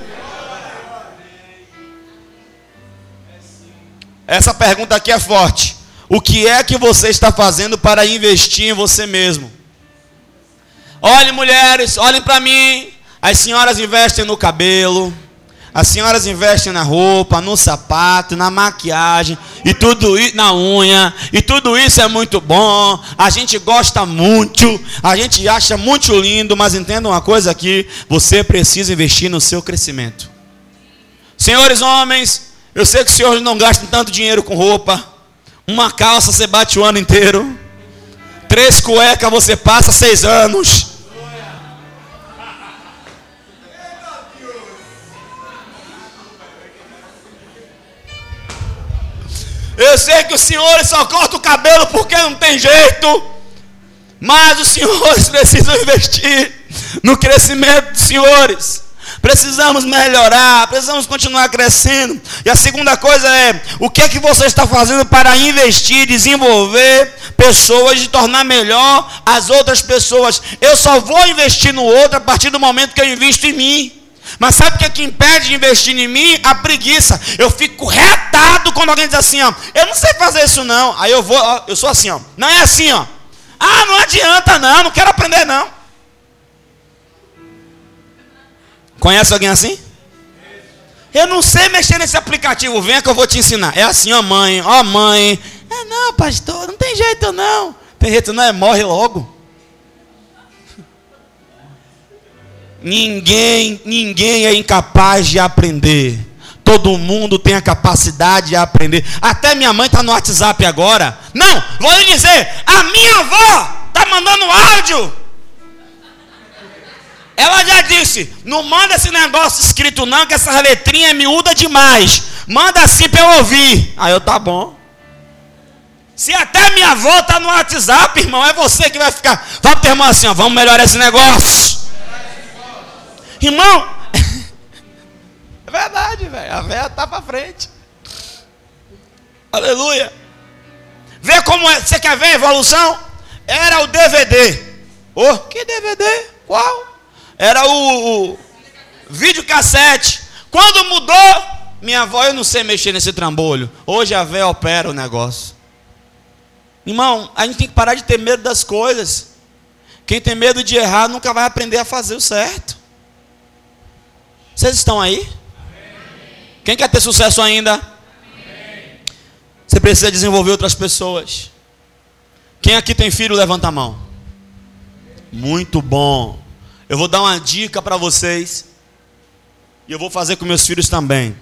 Essa pergunta aqui é forte. O que é que você está fazendo para investir em você mesmo? Olhem, mulheres, olhem para mim. As senhoras investem no cabelo, As senhoras investem na roupa, no sapato, na maquiagem e tudo isso, na unha, e tudo isso é muito bom. A gente gosta muito, a gente acha muito lindo, mas entenda uma coisa aqui, você precisa investir no seu crescimento. Senhores homens, eu sei que os senhores não gastam tanto dinheiro com roupa. Uma calça você bate o ano inteiro. Três cuecas você passa seis anos. Eu sei que os senhores só cortam o cabelo porque não tem jeito. Mas os senhores precisam investir no crescimento dos senhores. Precisamos melhorar, precisamos continuar crescendo. E a segunda coisa é, o que é que você está fazendo para investir, desenvolver pessoas e tornar melhor as outras pessoas? Eu só vou investir no outro a partir do momento que eu invisto em mim. Mas sabe o que é que impede de investir em mim? A preguiça. Eu fico retado quando alguém diz assim, ó, eu não sei fazer isso não. Aí eu vou, ó, eu sou assim, ó, não é assim, ó. Ah, não adianta não, não quero aprender não. Conhece alguém assim? Eu não sei mexer nesse aplicativo, venha que eu vou te ensinar. É assim, ó mãe, ó mãe. É não, pastor, não tem jeito não. Tem jeito não, é morre logo. Ninguém, ninguém é incapaz de aprender. Todo mundo tem a capacidade de aprender. Até minha mãe está no WhatsApp agora. Não, vou lhe dizer, a minha avó está mandando áudio. Ela já disse, não manda esse negócio escrito não, que essa letrinha é miúda demais. Manda assim para eu ouvir. Aí eu, tá bom. Se até minha avó está no WhatsApp, irmão, é você que vai ficar. Fala pro teu irmão assim, ó, vamos melhorar esse negócio. Irmão, é verdade, velho. A véia tá para frente. Aleluia. Vê como é. Você quer ver a evolução? Era o D V D. Oh, que D V D? Qual? Era o, o videocassete. Quando mudou, minha avó, eu não sei mexer nesse trambolho. Hoje a véia opera o negócio. Irmão, a gente tem que parar de ter medo das coisas. Quem tem medo de errar nunca vai aprender a fazer o certo. Vocês estão aí? Amém. Quem quer ter sucesso ainda? Amém. Você precisa desenvolver outras pessoas. Quem aqui tem filho, levanta a mão. Muito bom. Eu vou dar uma dica para vocês. E eu vou fazer com meus filhos também.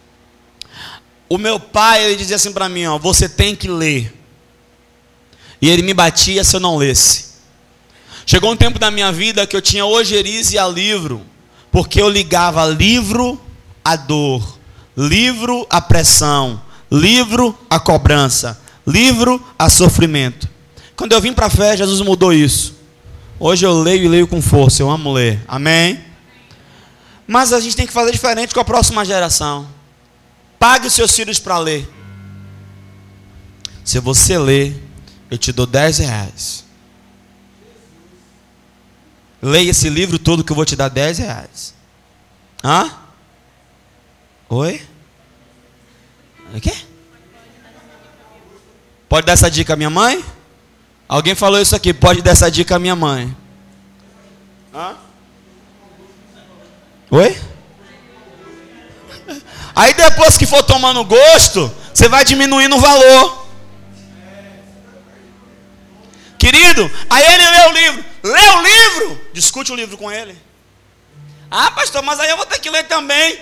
O meu pai, ele dizia assim para mim, ó, você tem que ler. E ele me batia se eu não lesse. Chegou um tempo da minha vida que eu tinha ojeriza a livro. Porque eu ligava livro à dor, livro à pressão, livro à cobrança, livro a sofrimento. Quando eu vim para a fé, Jesus mudou isso. Hoje eu leio e leio com força, eu amo ler. Amém? Mas a gente tem que fazer diferente com a próxima geração. Pague os seus filhos para ler. Se você ler, eu te dou dez reais. Leia esse livro todo que eu vou te dar dez reais. Hã? Oi? O quê? Pode dar essa dica à minha mãe? Alguém falou isso aqui, pode dar essa dica à minha mãe. Hã? Oi? Aí depois que for tomando gosto, você vai diminuindo o valor. Querido, aí ele lê o livro. Lê o livro, discute o livro com ele. Ah, pastor, mas aí eu vou ter que ler também.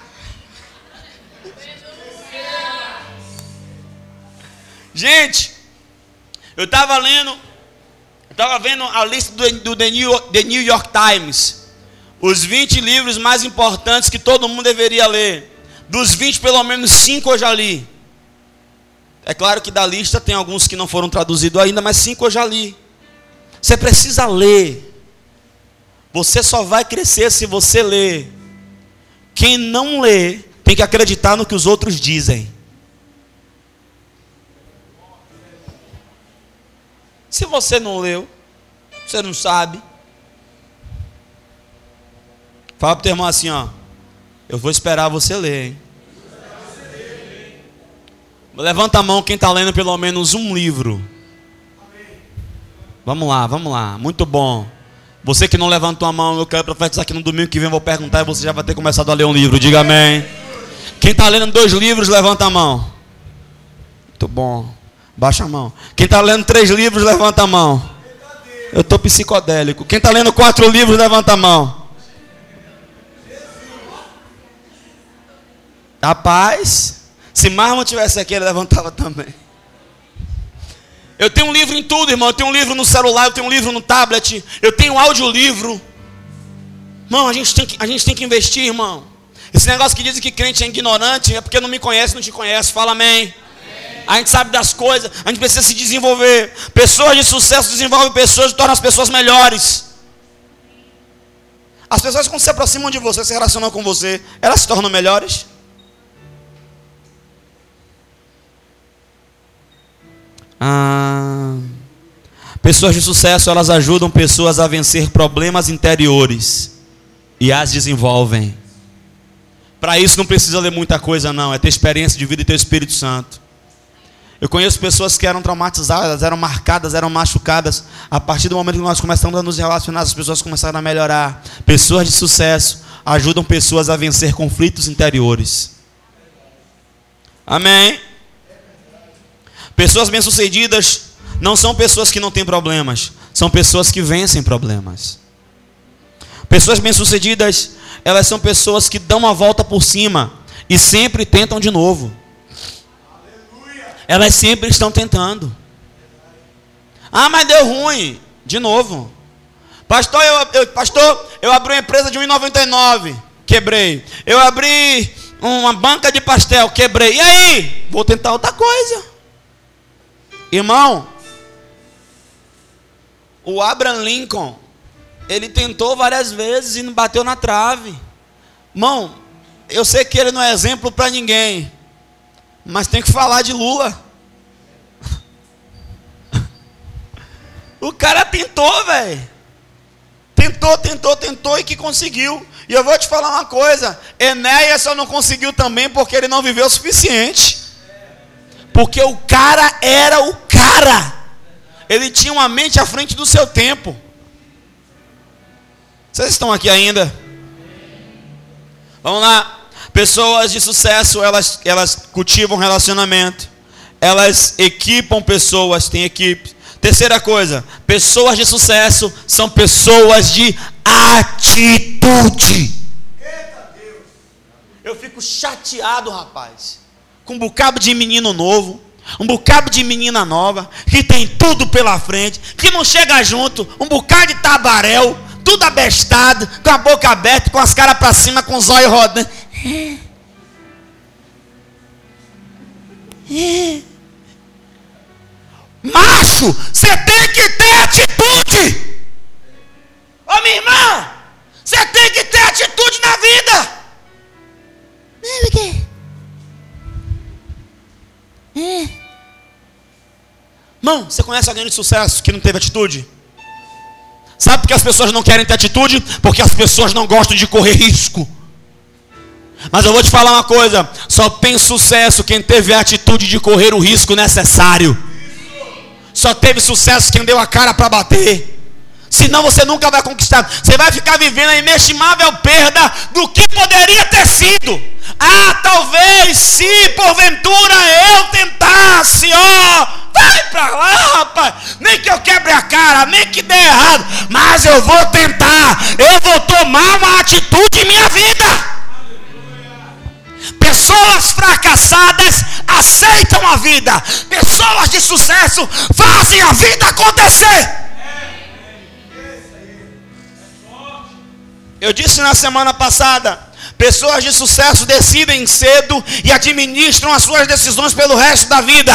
Gente, eu estava lendo, eu estava vendo a lista do, do The, New York, The New York Times. Os vinte livros mais importantes que todo mundo deveria ler. Dos vinte, pelo menos cinco eu já li. É claro que da lista tem alguns que não foram traduzidos ainda, mas cinco eu já li. Você precisa ler. Você só vai crescer se você ler. Quem não lê, tem que acreditar no que os outros dizem. Se você não leu, você não sabe. Fala para o teu irmão assim, ó. Eu vou esperar você ler, hein? Levanta a mão quem está lendo pelo menos um livro. Vamos lá, vamos lá. Muito bom. Você que não levantou a mão, eu quero profetizar que no domingo que vem eu vou perguntar e você já vai ter começado a ler um livro. Diga amém. Quem está lendo dois livros, levanta a mão. Muito bom. Baixa a mão. Quem está lendo três livros, levanta a mão. Eu estou psicodélico. Quem está lendo quatro livros, levanta a mão. Rapaz, se Marlon tivesse aqui, ele levantava também. Eu tenho um livro em tudo, irmão. Eu tenho um livro no celular, eu tenho um livro no tablet, eu tenho um audiolivro. Irmão, a gente tem que, a gente tem que investir, irmão. Esse negócio que dizem que crente é ignorante é porque não me conhece, não te conhece. Fala amém. A gente sabe das coisas, a gente precisa se desenvolver. Pessoas de sucesso desenvolvem pessoas e tornam as pessoas melhores. As pessoas quando se aproximam de você, se relacionam com você, elas se tornam melhores. Ah, pessoas de sucesso, elas ajudam pessoas a vencer problemas interiores e as desenvolvem. Para isso não precisa ler muita coisa não, é ter experiência de vida e ter o Espírito Santo. Eu conheço pessoas que eram traumatizadas, eram marcadas, eram machucadas. A partir do momento que nós começamos a nos relacionar, as pessoas começaram a melhorar. Pessoas de sucesso ajudam pessoas a vencer conflitos interiores. Amém? Pessoas bem-sucedidas não são pessoas que não têm problemas, são pessoas que vencem problemas. Pessoas bem-sucedidas, elas são pessoas que dão uma volta por cima e sempre tentam de novo. Elas sempre estão tentando. Ah, mas deu ruim. De novo. Pastor, eu, eu, pastor, eu abri uma empresa de um real e noventa e nove centavos. Quebrei. Eu abri uma banca de pastel. Quebrei. E aí? Vou tentar outra coisa. Irmão, o Abraham Lincoln, ele tentou várias vezes e não bateu na trave. Irmão, eu sei que ele não é exemplo para ninguém, mas tem que falar de Lula. O cara tentou, velho. Tentou, tentou, tentou e que conseguiu. E eu vou te falar uma coisa. Enéas só não conseguiu também porque ele não viveu o suficiente. Porque o cara era o cara. Ele tinha uma mente à frente do seu tempo. Vocês estão aqui ainda? Vamos lá. Pessoas de sucesso, elas, elas cultivam relacionamento. Elas equipam pessoas, têm equipe. Terceira coisa, pessoas de sucesso são pessoas de atitude. Eu fico chateado, rapaz, com um bocado de menino novo, um bocado de menina nova, que tem tudo pela frente, que não chega junto, um bocado de tabaréu, tudo abestado, com a boca aberta, com as caras para cima, com os olhos rodando. É. É. Macho, você tem que ter atitude. Ô minha irmã, você tem que ter atitude na vida. Por quê? É. Irmão, você conhece alguém de sucesso que não teve atitude? Sabe por que as pessoas não querem ter atitude? Porque as pessoas não gostam de correr risco. Mas eu vou te falar uma coisa, só tem sucesso quem teve a atitude de correr o risco necessário. Só teve sucesso quem deu a cara para bater. Senão você nunca vai conquistar. Você vai ficar vivendo a inestimável perda do que poderia ter sido. Ah, talvez se porventura eu tentasse, ó, vai pra lá, rapaz. Nem que eu quebre a cara, nem que dê errado, mas eu vou tentar. Eu vou tomar uma atitude em minha vida. Pessoas fracassadas aceitam a vida. Pessoas de sucesso fazem a vida acontecer. Eu disse na semana passada, pessoas de sucesso decidem cedo e administram as suas decisões pelo resto da vida.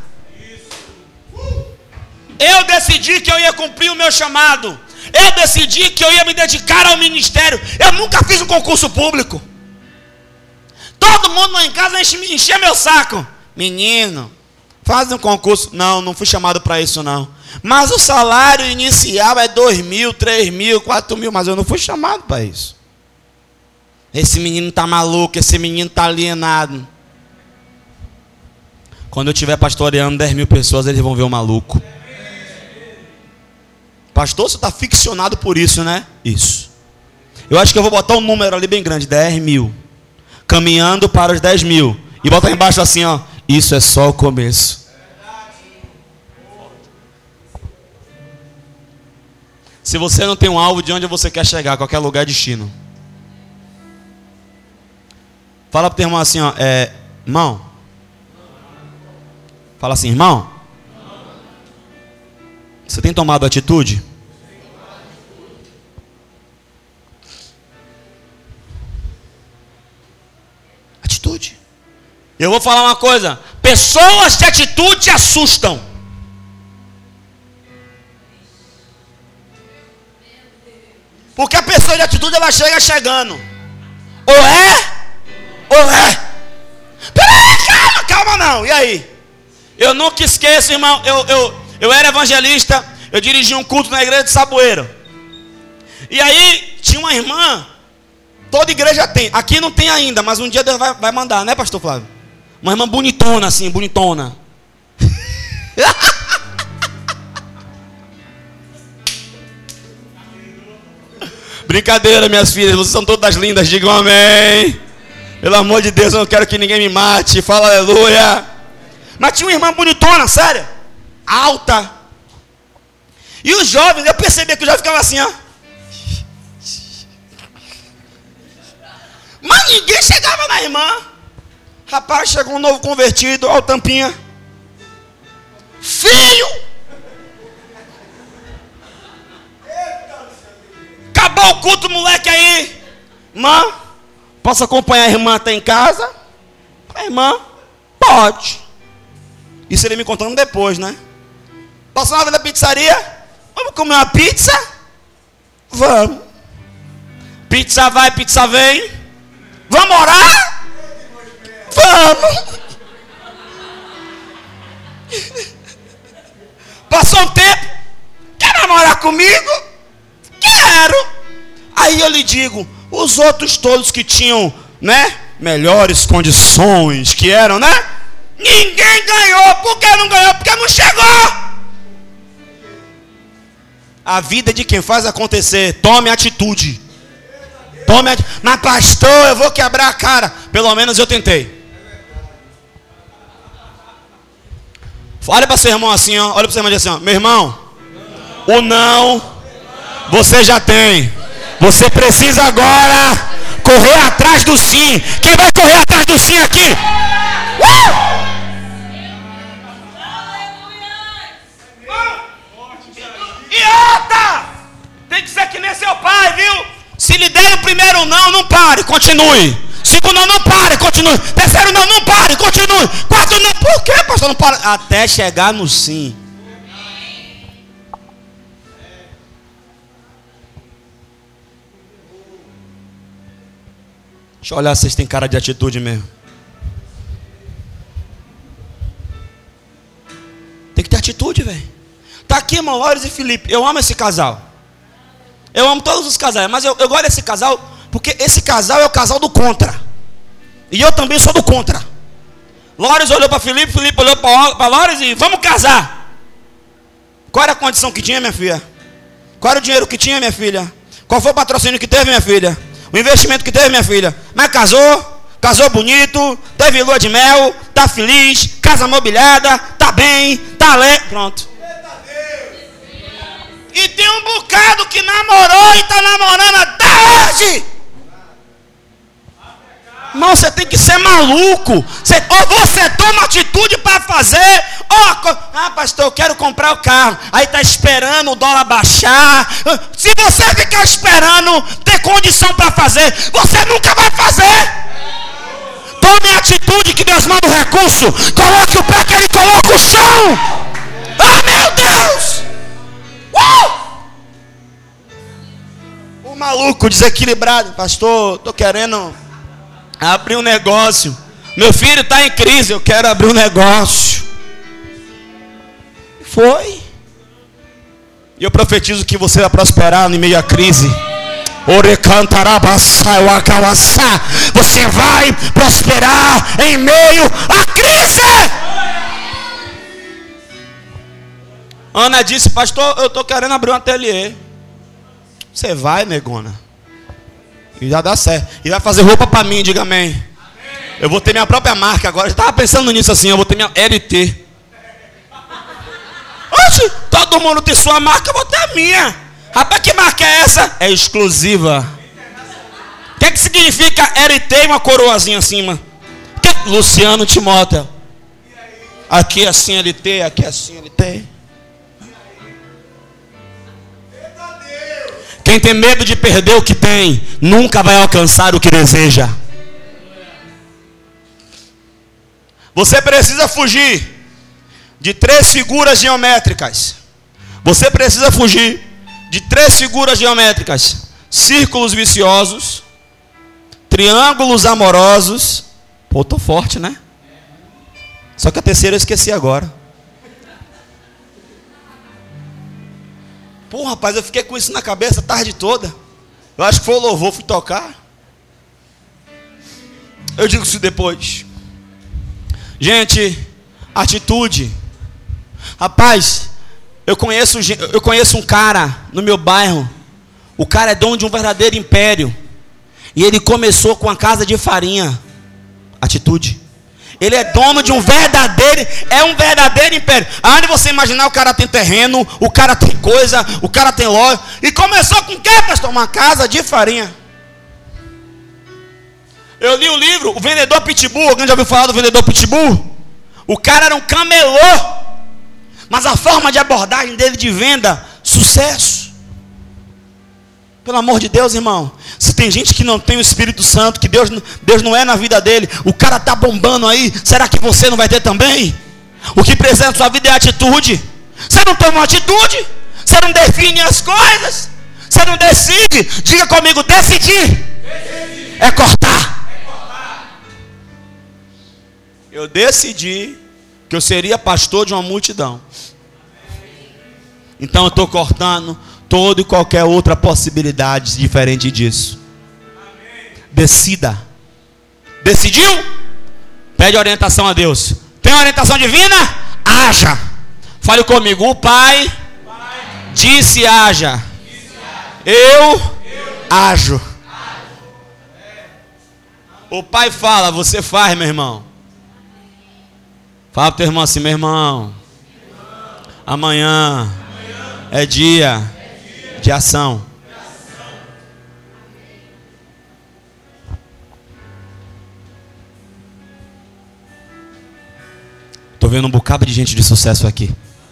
Eu decidi que eu ia cumprir o meu chamado. Eu decidi que eu ia me dedicar ao ministério. Eu nunca fiz um concurso público. Todo mundo lá em casa enchia meu saco. Menino, faz um concurso. Não, não fui chamado para isso não. Mas o salário inicial é dois mil, três mil, quatro mil. Mas eu não fui chamado para isso. Esse menino está maluco, esse menino está alienado. Quando eu estiver pastoreando dez mil pessoas, eles vão ver o maluco. Pastor, você está ficcionado por isso, né? Isso. Eu acho que eu vou botar um número ali bem grande, dez mil. Caminhando para os dez mil. E botar embaixo assim, ó. Isso é só o começo. Se você não tem um alvo de onde você quer chegar, qualquer lugar é destino. Fala para o teu irmão assim, ó. É, irmão. Fala assim, irmão. Você tem tomado atitude? Atitude. Eu vou falar uma coisa. Pessoas de atitude assustam. Porque a pessoa de atitude, ela chega chegando. Ou é, ou é. Peraí, calma, calma não. E aí? Eu nunca esqueço, irmão. Eu, eu, eu era evangelista. Eu dirigi um culto na igreja de Saboeiro. E aí, tinha uma irmã. Toda igreja tem. Aqui não tem ainda, mas um dia Deus vai, vai mandar, né, pastor Flávio? Uma irmã bonitona assim, bonitona. Brincadeira, minhas filhas, vocês são todas lindas, digam amém. Pelo amor de Deus, eu não quero que ninguém me mate, fala aleluia. Mas tinha uma irmã bonitona, sério, alta. E os jovens, eu percebi que o jovem ficava assim, ó. Mas ninguém chegava na irmã. Rapaz, chegou um novo convertido, olha o tampinha. Filho! Acabou o culto, moleque aí. Irmã, posso acompanhar a irmã até em casa? A irmã, pode. Isso ele me contando depois, né? Passou na da pizzaria. Vamos comer uma pizza? Vamos. Pizza vai, pizza vem. Vamos orar? Vamos. Passou um tempo. Quer namorar comigo? Quero. Aí eu lhe digo, os outros todos que tinham, né, melhores condições, que eram, né? Ninguém ganhou. Por que não ganhou? Porque não chegou. A vida é de quem faz acontecer. Tome atitude. Tome atitude. Mas pastor, eu vou quebrar a cara. Pelo menos eu tentei. Olha para seu irmão assim, ó. Olha para seu irmão assim, ó. Meu irmão, o não você já tem. Você precisa agora correr atrás do sim. Quem vai correr atrás do sim aqui? Uh! E outra! Tem que ser que nem seu pai, viu? Se lhe der o primeiro não, não pare, continue. Segundo não, não pare, continue. Terceiro não, não pare, continue. Quarto não, por que, pastor, não para? Até chegar no sim. Deixa eu olhar se vocês têm cara de atitude mesmo. Tem que ter atitude, velho. Tá aqui, irmão, Lores e Felipe. Eu amo esse casal. Eu amo todos os casais. Mas eu, eu gosto desse casal porque esse casal é o casal do contra. E eu também sou do contra. Lores olhou para Felipe, Felipe olhou para Lores e vamos casar. Qual era a condição que tinha, minha filha? Qual era o dinheiro que tinha, minha filha? Qual foi o patrocínio que teve, minha filha? O investimento que teve, minha filha? Mas casou, casou bonito, teve lua de mel, tá feliz, casa mobiliada, tá bem, tá alegre. Pronto. E tem um bocado que namorou e tá namorando até hoje. Irmão, você tem que ser maluco. Você, ou você toma atitude para fazer, ou, ah, pastor, eu quero comprar o carro. Aí está esperando o dólar baixar. Se você ficar esperando ter condição para fazer, você nunca vai fazer. Tome atitude que Deus manda o recurso. Coloque o pé que Ele coloca o chão. Ah, meu Deus! Uh! O maluco desequilibrado. Pastor, estou querendo abrir um negócio. Meu filho está em crise, eu quero abrir um negócio. Foi. E eu profetizo que você vai prosperar no meio à crise. Você vai prosperar em meio à crise. Ana disse, pastor, eu estou querendo abrir um ateliê. Você vai, negona. E já dá certo. E vai fazer roupa para mim, diga amém. Amém. Eu vou ter minha própria marca agora. Eu estava pensando nisso assim, eu vou ter minha L T. Oxe, todo mundo tem sua marca, eu vou ter a minha. Rapaz, que marca é essa? É exclusiva. O que, é que significa L T e uma coroazinha acima? Que? Luciano Timóteo. Aqui assim L T, aqui assim L T. Quem tem medo de perder o que tem, nunca vai alcançar o que deseja. Você precisa fugir de três figuras geométricas. Você precisa fugir de três figuras geométricas: círculos viciosos, triângulos amorosos. Pô, tô forte, né? Só que a terceira eu esqueci agora. Pô, rapaz, eu fiquei com isso na cabeça a tarde toda. Eu acho que foi o louvor, fui tocar. Eu digo isso depois. Gente, atitude. Rapaz, eu conheço, eu conheço um cara no meu bairro. O cara é dono de um verdadeiro império. E ele começou com a casa de farinha. Atitude. Ele é dono de um verdadeiro, é um verdadeiro império. Aonde você imaginar, o cara tem terreno, o cara tem coisa, o cara tem loja. E começou com o quê, pastor? Uma casa de farinha. Eu li o livro, o vendedor Pitbull. Alguém já ouviu falar do vendedor Pitbull? O cara era um camelô. Mas a forma de abordagem dele de venda, sucesso. Pelo amor de Deus, irmão. Se tem gente que não tem o Espírito Santo, que Deus, Deus não é na vida dele, o cara está bombando aí, será que você não vai ter também? O que precisa na sua vida é atitude. Você não toma uma atitude, você não define as coisas, você não decide. Diga comigo, decidir. Decidi. É cortar. É cortar. Eu decidi que eu seria pastor de uma multidão. Então eu estou cortando toda e qualquer outra possibilidade diferente disso. Amém. Decida. Decidiu? Pede orientação a Deus. Tem orientação divina? Haja. Fale comigo. O Pai, Pai disse haja. Disse, haja. Eu, Eu ajo. ajo. O Pai fala, você faz, meu irmão. Fala para o teu irmão assim, meu irmão. Amanhã, Amanhã é dia de ação. Estou vendo um bocado de gente de sucesso aqui.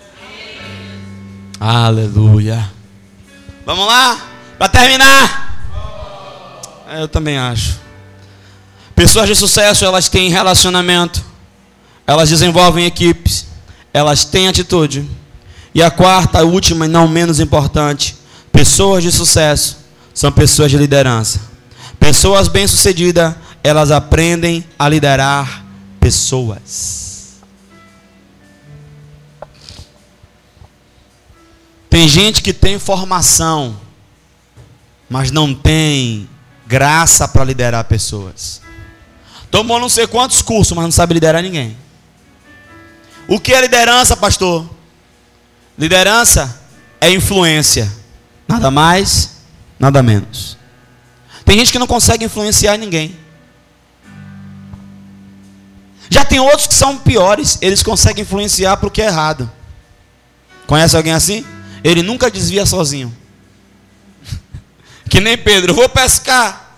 Aleluia. Vamos lá? Para terminar. Eu também acho. Pessoas de sucesso, elas têm relacionamento. Elas desenvolvem equipes. Elas têm atitude. E a quarta, a última e não menos importante. Pessoas de sucesso são pessoas de liderança. Pessoas bem-sucedidas, elas aprendem a liderar pessoas. Tem gente que tem formação, mas não tem graça para liderar pessoas. Tomou não sei quantos cursos, mas não sabe liderar ninguém. O que é liderança, pastor? Liderança é influência. Nada mais, nada menos. Tem gente que não consegue influenciar ninguém. Já tem outros que são piores. Eles conseguem influenciar para o que é errado. Conhece alguém assim? Ele nunca desvia sozinho. Que nem Pedro, eu vou pescar.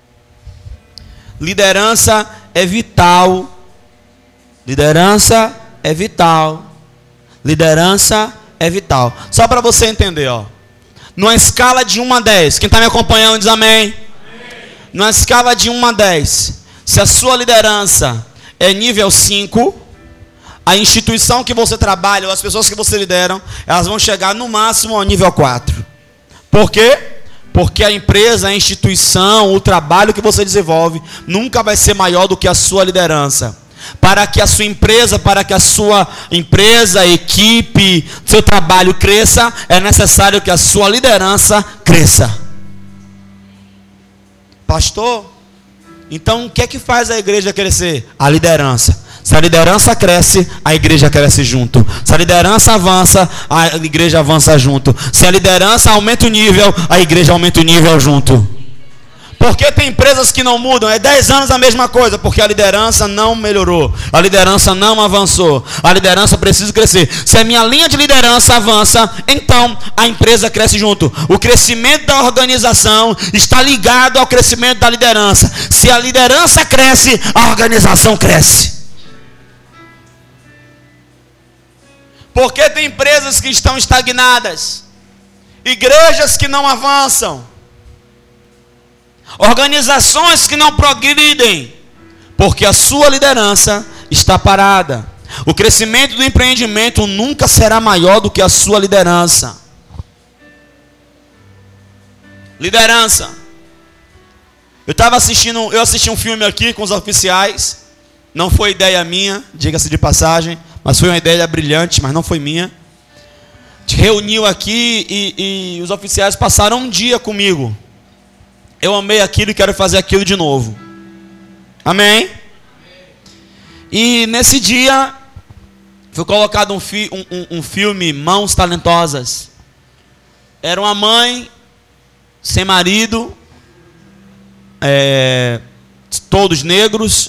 Liderança é vital. Liderança é vital. Liderança é vital. Só para você entender, ó. Numa escala de um a dez. Quem está me acompanhando diz amém. Amém. Numa escala de um a dez. Se a sua liderança é nível cinco, a instituição que você trabalha, ou as pessoas que você lidera, elas vão chegar no máximo ao nível quatro. Por quê? Porque a empresa, a instituição, o trabalho que você desenvolve nunca vai ser maior do que a sua liderança. Para que a sua empresa, para que a sua empresa, equipe, seu trabalho cresça, é necessário que a sua liderança cresça. Pastor, então o que é que faz a igreja crescer? A liderança. Se a liderança cresce, a igreja cresce junto. Se a liderança avança, a igreja avança junto. Se a liderança aumenta o nível, a igreja aumenta o nível junto. Porque tem empresas que não mudam, é dez anos a mesma coisa, porque a liderança não melhorou, a liderança não avançou, a liderança precisa crescer. Se a minha linha de liderança avança, então a empresa cresce junto. O crescimento da organização está ligado ao crescimento da liderança. Se a liderança cresce, a organização cresce. Porque tem empresas que estão estagnadas, igrejas que não avançam, organizações que não progridem, porque a sua liderança está parada. O crescimento do empreendimento nunca será maior do que a sua liderança. Liderança. Eu estava assistindo, eu assisti um filme aqui com os oficiais. Não foi ideia minha, diga-se de passagem, mas foi uma ideia brilhante, mas não foi minha. A gente reuniu aqui e, e os oficiais passaram um dia comigo. Eu amei aquilo e quero fazer aquilo de novo. Amém? E nesse dia foi colocado um, fi, um, um, um filme, Mãos Talentosas. Era uma mãe sem marido, é, todos negros,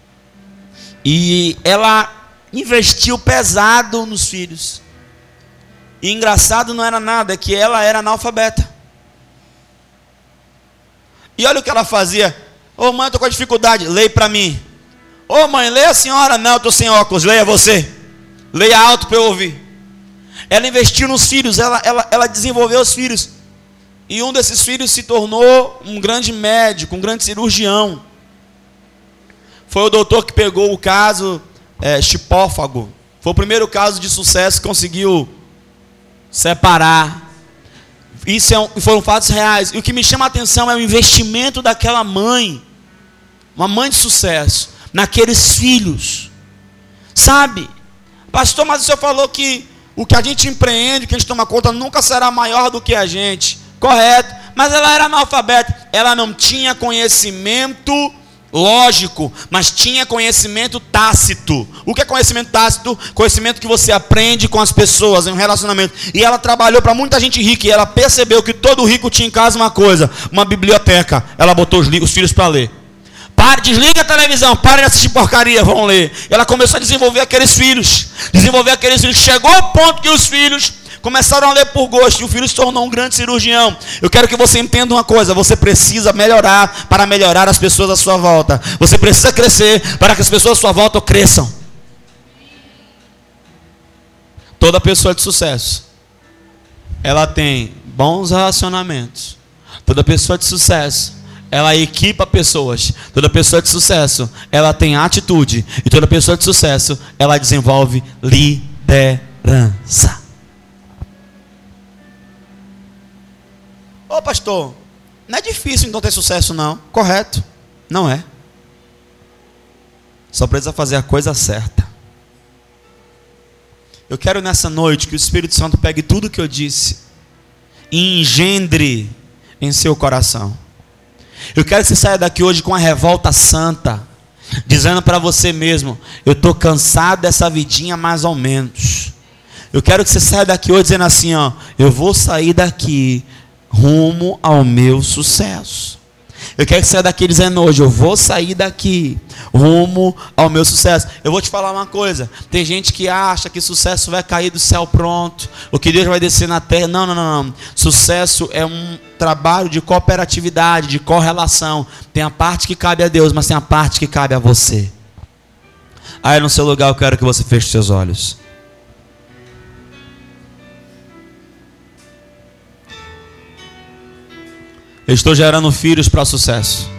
e ela investiu pesado nos filhos. E engraçado não era nada, é que ela era analfabeta. E olha o que ela fazia. Ô mãe, eu estou com dificuldade, leia para mim. Ô mãe, leia a senhora. Não, eu estou sem óculos, leia você. Leia alto para eu ouvir. Ela investiu nos filhos, ela, ela, ela desenvolveu os filhos. E um desses filhos se tornou um grande médico, um grande cirurgião. Foi o doutor que pegou o caso é, chipófago. Foi o primeiro caso de sucesso que conseguiu separar. Isso é um, foram fatos reais. E o que me chama a atenção é o investimento daquela mãe, uma mãe de sucesso, naqueles filhos. Sabe, pastor, mas o senhor falou que o que a gente empreende, o que a gente toma conta, nunca será maior do que a gente. Correto, mas ela era analfabeta, ela não tinha conhecimento lógico, mas tinha conhecimento tácito. O que é conhecimento tácito? Conhecimento que você aprende com as pessoas em um relacionamento. E ela trabalhou para muita gente rica, e ela percebeu que todo rico tinha em casa uma coisa, uma biblioteca. Ela botou os, os filhos para ler. Pare, desliga a televisão, pare de assistir porcaria, vão ler. E ela começou a desenvolver aqueles filhos, desenvolver aqueles filhos. Chegou ao ponto que os filhos começaram a ler por gosto, e o filho se tornou um grande cirurgião. Eu quero que você entenda uma coisa: você precisa melhorar para melhorar as pessoas à sua volta. Você precisa crescer para que as pessoas à sua volta cresçam. Toda pessoa de sucesso, ela tem bons relacionamentos. Toda pessoa de sucesso, ela equipa pessoas. Toda pessoa de sucesso, ela tem atitude. E toda pessoa de sucesso, ela desenvolve liderança. Ô pastor, não é difícil então ter sucesso não. Correto, não é. Só precisa fazer a coisa certa. Eu quero nessa noite que o Espírito Santo pegue tudo que eu disse e engendre em seu coração. Eu quero que você saia daqui hoje com a revolta santa, dizendo para você mesmo: eu estou cansado dessa vidinha mais ou menos. Eu quero que você saia daqui hoje dizendo assim, ó: eu vou sair daqui rumo ao meu sucesso. Eu quero que você saia daqui dizendo hoje: eu vou sair daqui rumo ao meu sucesso. Eu vou te falar uma coisa: tem gente que acha que sucesso vai cair do céu pronto, ou que Deus vai descer na terra. Não, não, não, não. Sucesso é um trabalho de cooperatividade, de correlação. Tem a parte que cabe a Deus, mas tem a parte que cabe a você. Aí no seu lugar eu quero que você feche seus olhos. Eu estou gerando filhos para sucesso.